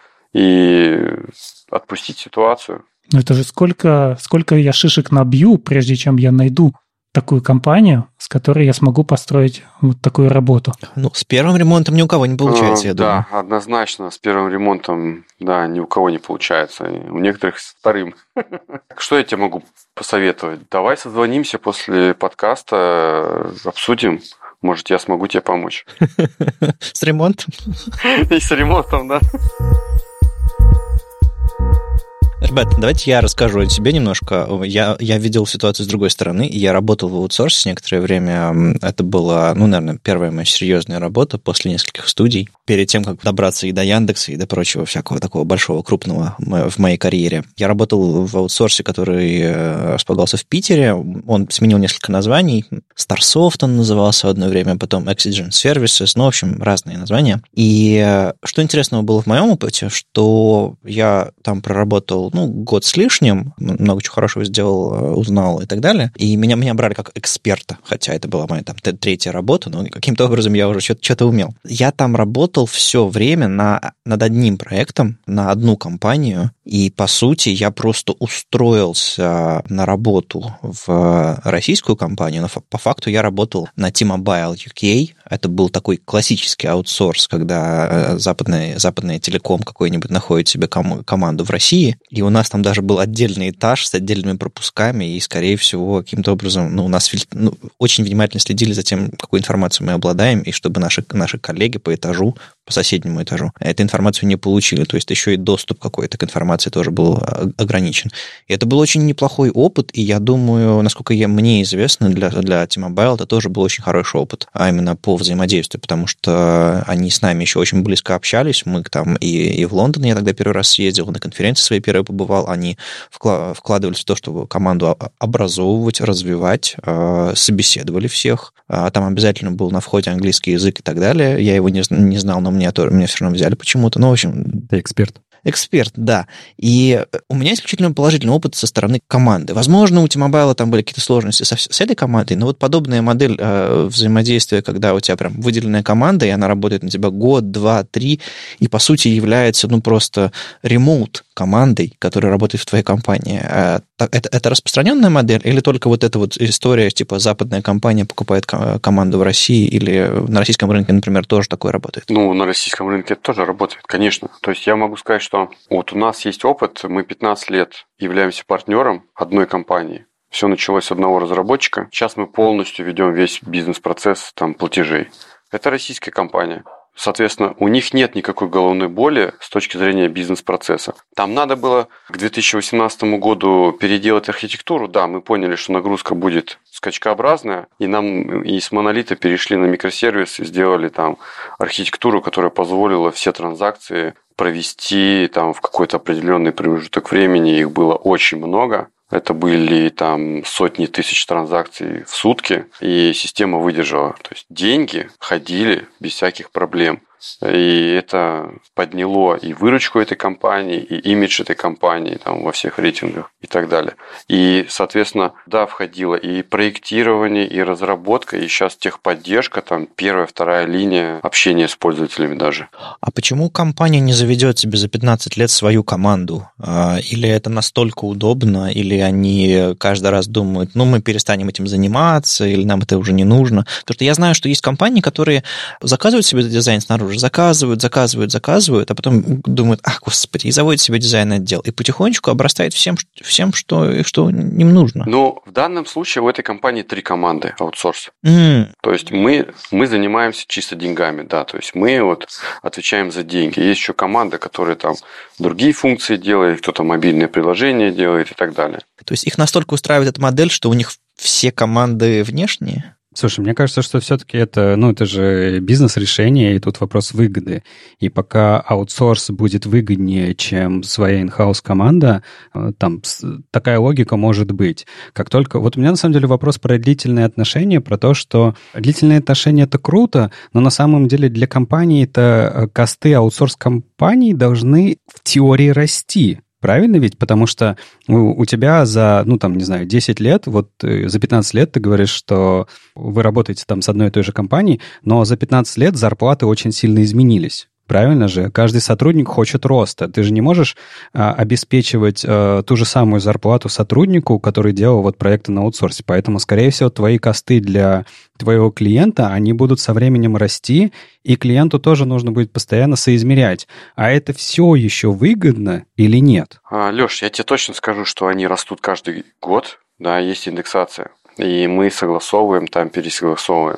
и отпустить ситуацию. Ну это же сколько, сколько я шишек набью, прежде чем я найду такую компанию, с которой я смогу построить вот такую работу. Ну, с первым ремонтом ни у кого не получается, я думаю. Да, однозначно, с первым ремонтом, да, ни у кого не получается. У некоторых с вторым. Что я тебе могу посоветовать? Давай созвонимся после подкаста, обсудим. Может, я смогу тебе помочь. С ремонтом? И с ремонтом, да. Ребят, давайте я расскажу о себе немножко. Я, я видел ситуацию с другой стороны. Я работал в аутсорсе некоторое время. Это была, ну, наверное, первая моя серьезная работа после нескольких студий. Перед тем, как добраться и до Яндекса, и до прочего всякого такого большого, крупного в моей карьере. Я работал в аутсорсе, который располагался в Питере. Он сменил несколько названий. Starsoft он назывался одно время, потом Exigent Services. Ну, в общем, разные названия. И что интересного было в моем опыте, что я там проработал ну, год с лишним, много чего хорошего сделал, узнал и так далее. И меня, меня брали как эксперта, хотя это была моя там третья работа, но каким-то образом я уже что-то, что-то умел. Я там работал все время на, над одним проектом, на одну компанию, и, по сути, я просто устроился на работу в российскую компанию, но по факту я работал на T-Mobile ю кей. Это был такой классический аутсорс, когда западный, западный телеком какой-нибудь находит себе ком- команду в России, и у нас там даже был отдельный этаж с отдельными пропусками, и, скорее всего, каким-то образом ну, у нас ну, очень внимательно следили за тем, какую информацию мы обладаем, и чтобы наши, наши коллеги по этажу, по соседнему этажу, эту информацию не получили. То есть еще и доступ какой-то к информации тоже был ограничен. И это был очень неплохой опыт, и я думаю, насколько я, мне известно, для, для T-Mobile это тоже был очень хороший опыт, а именно по взаимодействию, потому что они с нами еще очень близко общались. Мы там и, и в Лондон я тогда первый раз съездил, на конференции своей первой побывал. Они вкладывались в то, чтобы команду образовывать, развивать, собеседовали всех. Там обязательно был на входе английский язык и так далее. Я его не, не знал, но меня, тоже, меня все равно взяли почему-то. Ну, в общем... Ты эксперт. Эксперт, да. И у меня исключительно положительный опыт со стороны команды. Возможно, у T-Mobile там были какие-то сложности со, с этой командой, но вот подобная модель э, взаимодействия, когда у тебя прям выделенная команда, и она работает на тебя год, два, три, и, по сути, является, ну, просто ремоут командой, которая работает в твоей компании. Это, это распространенная модель или только вот эта вот история, типа, западная компания покупает команду в России или на российском рынке, например, тоже такое работает? Ну, на российском рынке это тоже работает, конечно. То есть я могу сказать, что вот у нас есть опыт, мы пятнадцать лет являемся партнером одной компании. Все началось с одного разработчика. Сейчас мы полностью ведем весь бизнес-процесс там, платежей. Это российская компания. Соответственно, у них нет никакой головной боли с точки зрения бизнес-процесса. Там надо было к две тысячи восемнадцатому году переделать архитектуру. Да, мы поняли, что нагрузка будет скачкообразная, и нам из монолита перешли на микросервис и сделали там архитектуру, которая позволила все транзакции провести там в какой-то определенный промежуток времени. Их было очень много. Это были там сотни тысяч транзакций в сутки, и система выдержала. То есть деньги ходили без всяких проблем. И это подняло и выручку этой компании, и имидж этой компании там, во всех рейтингах и так далее. И, соответственно, да, входило и проектирование, и разработка, и сейчас техподдержка, там первая, вторая линия общения с пользователями даже. А почему компания не заведет себе за пятнадцать лет свою команду? Или это настолько удобно, или они каждый раз думают, ну, мы перестанем этим заниматься, или нам это уже не нужно? Потому что я знаю, что есть компании, которые заказывают себе дизайн снаружи, заказывают, заказывают, заказывают, а потом думают, ах, господи, и заводят себе дизайнный отдел. И потихонечку обрастает всем, всем что, что им нужно. Ну, в данном случае у этой компании три команды аутсорс. Mm. То есть мы, мы занимаемся чисто деньгами, да, то есть мы вот отвечаем за деньги. Есть еще команда, которая там другие функции делает, кто-то мобильное приложение делает и так далее. То есть их настолько устраивает эта модель, что у них все команды внешние? Слушай, мне кажется, что все-таки это, ну, это же бизнес-решение, и тут вопрос выгоды. И пока аутсорс будет выгоднее, чем своя in-house команда, там такая логика может быть. Как только... Вот у меня, на самом деле, вопрос про длительные отношения, про то, что длительные отношения — это круто, но на самом деле для компании-то косты аутсорс-компаний должны в теории расти. Правильно ведь? Потому что у, у тебя за, ну, там, не знаю, десять лет, вот за пятнадцать лет ты говоришь, что вы работаете там с одной и той же компанией, но за пятнадцать лет зарплаты очень сильно изменились. Правильно же? Каждый сотрудник хочет роста. Ты же не можешь а, обеспечивать а, ту же самую зарплату сотруднику, который делал вот проекты на аутсорсе. Поэтому, скорее всего, твои косты для твоего клиента, они будут со временем расти, и клиенту тоже нужно будет постоянно соизмерять. А это все еще выгодно или нет? А, Леш, я тебе точно скажу, что они растут каждый год. Да, есть индексация. И мы согласовываем, там пересогласовываем.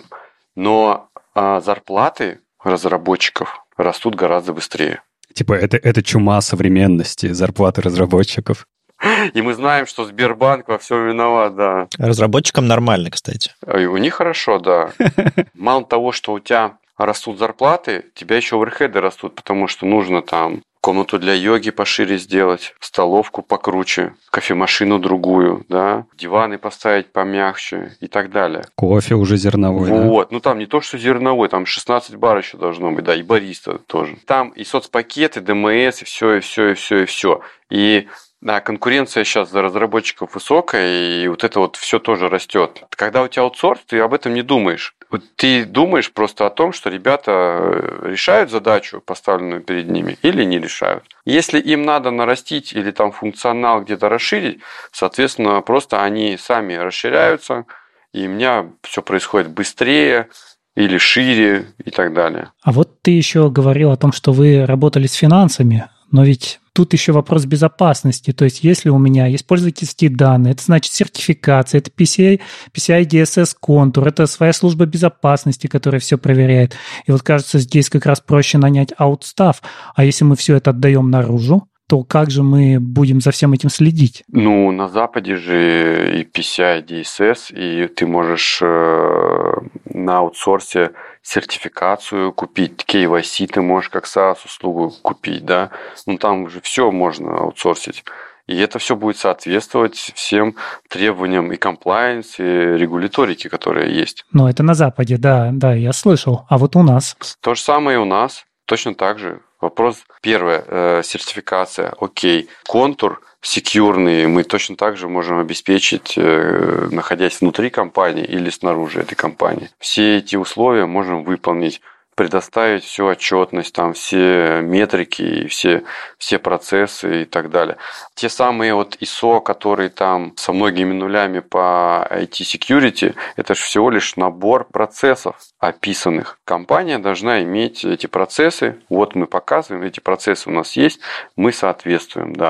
Но а, зарплаты разработчиков растут гораздо быстрее. Типа это, это чума современности, зарплаты разработчиков. И мы знаем, что Сбербанк во всем виноват, да. Разработчикам нормально, кстати. И у них хорошо, да. Мало того, что у тебя растут зарплаты, у тебя еще оверхеды растут, потому что нужно там комнату для йоги пошире сделать, столовку покруче, кофемашину другую, да, диваны поставить помягче и так далее. Кофе уже зерновой, вот. Да? Ну, там не то, что зерновой, там шестнадцать бар еще должно быть, да, и бариста тоже. Там и соцпакеты, ДМС, и все, и все, и все, и все. И да, конкуренция сейчас за разработчиков высокая, и вот это вот все тоже растет. Когда у тебя аутсорс, ты об этом не думаешь. Вот ты думаешь просто о том, что ребята решают задачу, поставленную перед ними, или не решают. Если им надо нарастить или там функционал где-то расширить, соответственно, просто они сами расширяются, и у меня все происходит быстрее или шире и так далее. А вот ты еще говорил о том, что вы работали с финансами, но ведь тут еще вопрос безопасности. То есть если у меня есть пользовательские данные, это значит сертификация, это пи си ай, пи си ай ди эс эс контур, это своя служба безопасности, которая все проверяет. И вот кажется, здесь как раз проще нанять аутстаф. А если мы все это отдаем наружу, то как же мы будем за всем этим следить? Ну, на Западе же и пи си ай ди эс эс, и ты можешь э, на аутсорсе сертификацию купить, кей вай си ты можешь как SaaS-услугу купить, да, ну там уже все можно аутсорсить. И это все будет соответствовать всем требованиям и комплаенс, и регуляторики, которые есть. Ну, это на Западе, да, да, я слышал. А вот у нас? То же самое и у нас, точно так же. Вопрос первое, э, сертификация, окей, контур секьюрный мы точно так же можем обеспечить, э, находясь внутри компании или снаружи этой компании. Все эти условия можем выполнить, предоставить всю отчетность, там, все метрики, все, все процессы и так далее. Те самые вот ай эс о, которые там со многими нулями по ай ти-security, это же всего лишь набор процессов описанных. Компания должна иметь эти процессы, вот мы показываем, эти процессы у нас есть, мы соответствуем, да.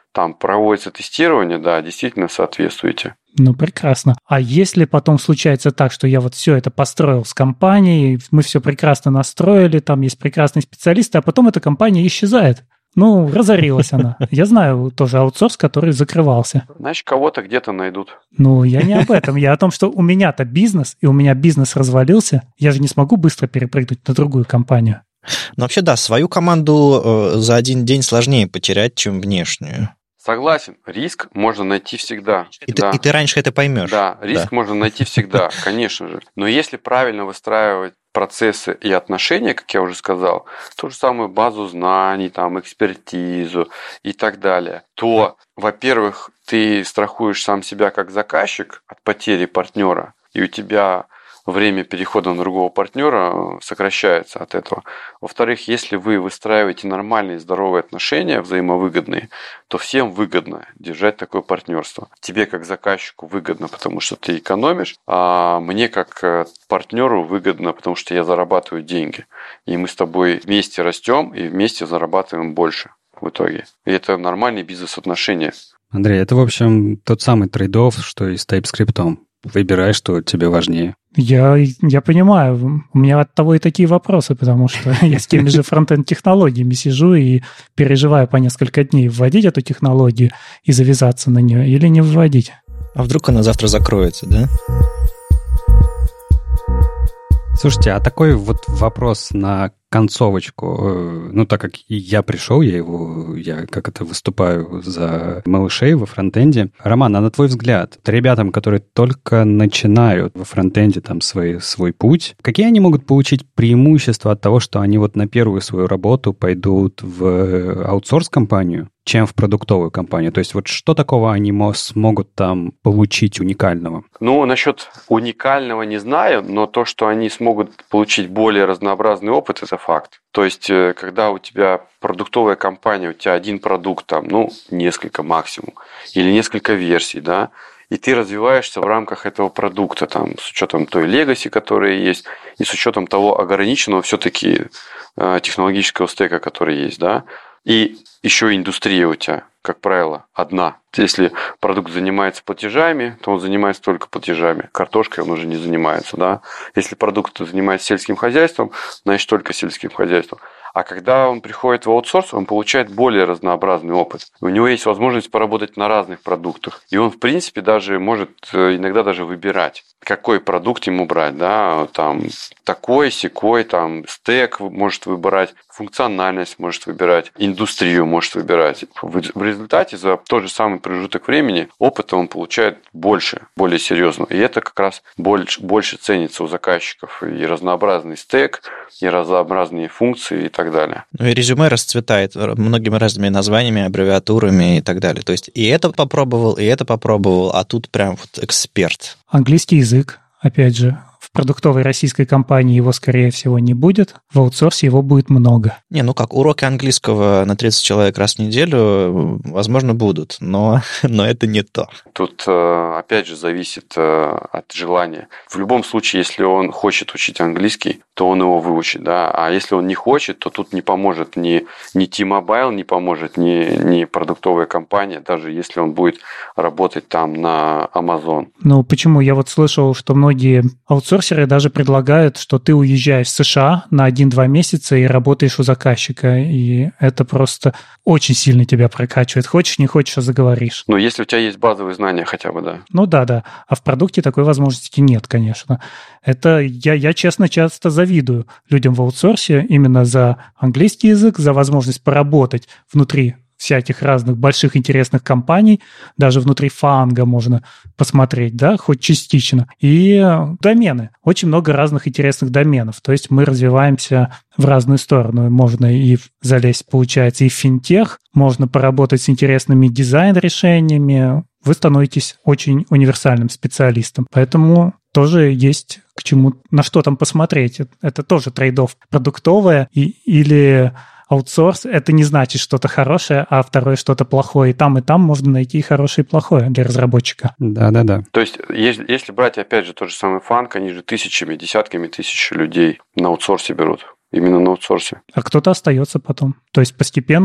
там проводится тестирование, да, действительно соответствуете. Ну, прекрасно. А если потом случается так, что я вот все это построил с компанией, мы все прекрасно настроили, там есть прекрасные специалисты, а потом эта компания исчезает? Ну, разорилась она. Я знаю тоже аутсорс, который закрывался. Значит, кого-то где-то найдут. Ну, я не об этом. Я о том, что у меня-то бизнес, и у меня бизнес развалился. Я же не смогу быстро перепрыгнуть на другую компанию. Ну, вообще, да, свою команду э, за один день сложнее потерять, чем внешнюю. Согласен, риск можно найти всегда. И, да. ты, и ты раньше это поймешь. Да, риск да. можно найти всегда, конечно же. Но если правильно выстраивать процессы и отношения, как я уже сказал, ту же самую базу знаний, там, экспертизу и так далее, то, во-первых, ты страхуешь сам себя как заказчик от потери партнера, и у тебя время перехода на другого партнера сокращается от этого. Во-вторых, если вы выстраиваете нормальные, здоровые отношения, взаимовыгодные, то всем выгодно держать такое партнерство. Тебе как заказчику выгодно, потому что ты экономишь, а мне как партнеру выгодно, потому что я зарабатываю деньги. И мы с тобой вместе растем и вместе зарабатываем больше в итоге. И это нормальные бизнес-отношения. Андрей, это, в общем, тот самый трейд-офф, что и с TypeScript. Выбирай, что тебе важнее. Я, я понимаю. У меня от того и такие вопросы, потому что я с теми же фронтенд-технологиями сижу и переживаю по несколько дней, вводить эту технологию и завязаться на нее или не вводить. А вдруг она завтра закроется, да? Слушайте, а такой вот вопрос на концовочку. Ну, так как я пришел, я его, я как это выступаю за малышей во фронтенде. Роман, а на твой взгляд, ребятам, которые только начинают во фронтенде там свой, свой путь, какие они могут получить преимущества от того, что они вот на первую свою работу пойдут в аутсорс-компанию, чем в продуктовую компанию? То есть вот что такого они смогут там получить уникального? Ну, насчет уникального не знаю, но то, что они смогут получить более разнообразный опыт, это факт. То есть, когда у тебя продуктовая компания, у тебя один продукт, там, ну, несколько максимум, или несколько версий, да, и ты развиваешься в рамках этого продукта, там, с учетом той легаси, которая есть, и с учетом того ограниченного все-таки технологического стека, который есть, да, и еще индустрия у тебя, как правило, одна. Если продукт занимается платежами, то он занимается только платежами. Картошкой он уже не занимается, да. Если продукт занимается сельским хозяйством, значит только сельским хозяйством. А когда он приходит в аутсорс, он получает более разнообразный опыт. У него есть возможность поработать на разных продуктах. И он, в принципе, даже может иногда даже выбирать, какой продукт ему брать. Да? Там, такой, сякой, там, стек может выбирать, функциональность может выбирать, индустрию может выбирать. В результате за тот же самый промежуток времени опыта он получает больше, более серьезно. И это как раз больше, больше ценится у заказчиков. И разнообразный стек, и разнообразные функции и так далее. Ну и резюме расцветает многими разными названиями, аббревиатурами и так далее. То есть и это попробовал, и это попробовал, а тут прям вот эксперт. Английский язык, опять же. В продуктовой российской компании его, скорее всего, не будет. В аутсорсе его будет много. Не, ну как, уроки английского на тридцать человек раз в неделю, возможно, будут, но, но это не то. Тут, опять же, зависит от желания. В любом случае, если он хочет учить английский, то он его выучит, да. А если он не хочет, то тут не поможет ни, ни T-Mobile, не поможет ни, ни продуктовая компания, даже если он будет работать там на Amazon. Ну, почему? Я вот слышал, что многие аутсорсеры даже предлагают, что ты уезжаешь в США на один-два месяца и работаешь у заказчика, и это просто очень сильно тебя прокачивает. Хочешь, не хочешь, а заговоришь. Ну, если у тебя есть базовые знания хотя бы, да. Ну да, да. А в продукте такой возможности нет, конечно. Это я, я честно, часто завидую людям в аутсорсе именно за английский язык, за возможность поработать внутри всяких разных больших интересных компаний, даже внутри фанга можно посмотреть, да, хоть частично. И домены. Очень много разных интересных доменов. То есть мы развиваемся в разную сторону. Можно и залезть, получается, и в финтех, можно поработать с интересными дизайн-решениями. Вы становитесь очень универсальным специалистом. Поэтому тоже есть к чему, на что там посмотреть. Это тоже трейд-офф. Продуктовое и, или аутсорс — это не значит что-то хорошее, а второе что-то плохое. И там, и там можно найти и хорошее, и плохое для разработчика. Да-да-да. То есть, если, если брать, опять же, тот же самый фанк, они же тысячами, десятками тысяч людей на аутсорсе берут. Именно на аутсорсе. А кто-то остается потом. То есть постепенно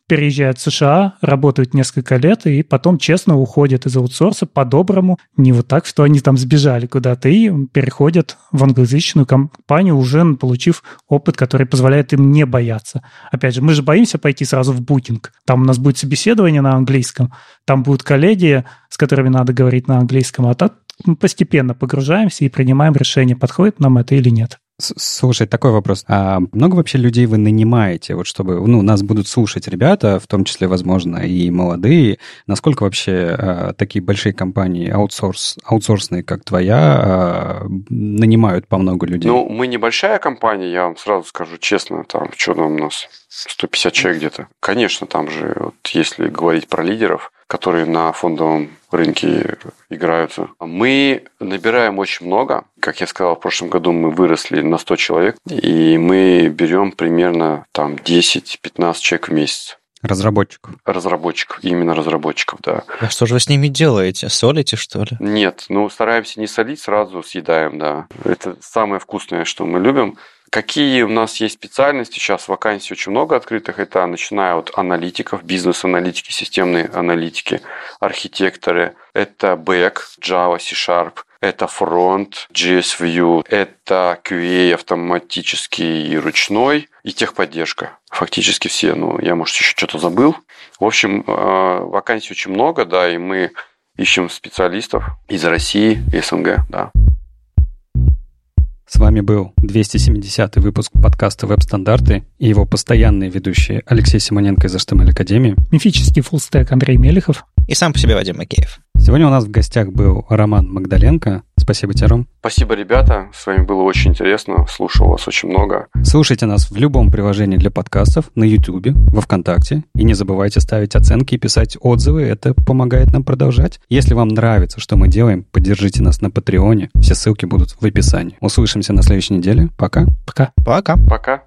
переезжают в США, работают несколько лет и потом честно уходят из аутсорса по-доброму, не вот так, что они там сбежали куда-то, и переходят в англоязычную компанию, уже получив опыт, который позволяет им не бояться. Опять же, мы же боимся пойти сразу в букинг. Там у нас будет собеседование на английском, там будут коллеги, с которыми надо говорить на английском, а так мы постепенно погружаемся и принимаем решение, подходит нам это или нет. Слушай, такой вопрос. А много вообще людей вы нанимаете, вот чтобы, ну, нас будут слушать ребята, в том числе, возможно, и молодые. Насколько вообще а, такие большие компании, аутсорс, аутсорсные, как твоя, а, нанимают по много людей? Ну, мы небольшая компания, я вам сразу скажу честно, там, что там у нас, сто пятьдесят человек где-то. Конечно, там же, вот, если говорить про лидеров, которые на фондовом рынке играются. Мы набираем очень много. Как я сказал, в прошлом году мы выросли на сто человек, и мы берем примерно там десять-пятнадцать человек в месяц. Разработчиков? Разработчиков, именно разработчиков, да. А что же вы с ними делаете? Солите, что ли? Нет, ну стараемся не солить, сразу съедаем, да. Это самое вкусное, что мы любим. Какие у нас есть специальности? Сейчас вакансий очень много открытых. Это начиная от аналитиков, бизнес-аналитики, системные аналитики, архитекторы. Это бэк, Java, C-Sharp. Это фронт, джей эс Vue. Это кью эй автоматический и ручной. И техподдержка. Фактически все. Ну, я, может, еще что-то забыл. В общем, вакансий очень много, да, и мы ищем специалистов из России и СНГ, да. С вами был двести семидесятый выпуск подкаста «Веб-стандарты» и его постоянные ведущие Алексей Симоненко из эйч ти эм эль Академии, мифический фуллстек Андрей Мелехов и сам по себе Вадим Макеев. Сегодня у нас в гостях был Роман Магдаленко. Спасибо тебе, Ром. Спасибо, ребята. С вами было очень интересно. Слушал вас очень много. Слушайте нас в любом приложении для подкастов, на YouTube, во ВКонтакте. И не забывайте ставить оценки и писать отзывы. Это помогает нам продолжать. Если вам нравится, что мы делаем, поддержите нас на Патреоне. Все ссылки будут в описании. Услышимся на следующей неделе. Пока. Пока. Пока. Пока.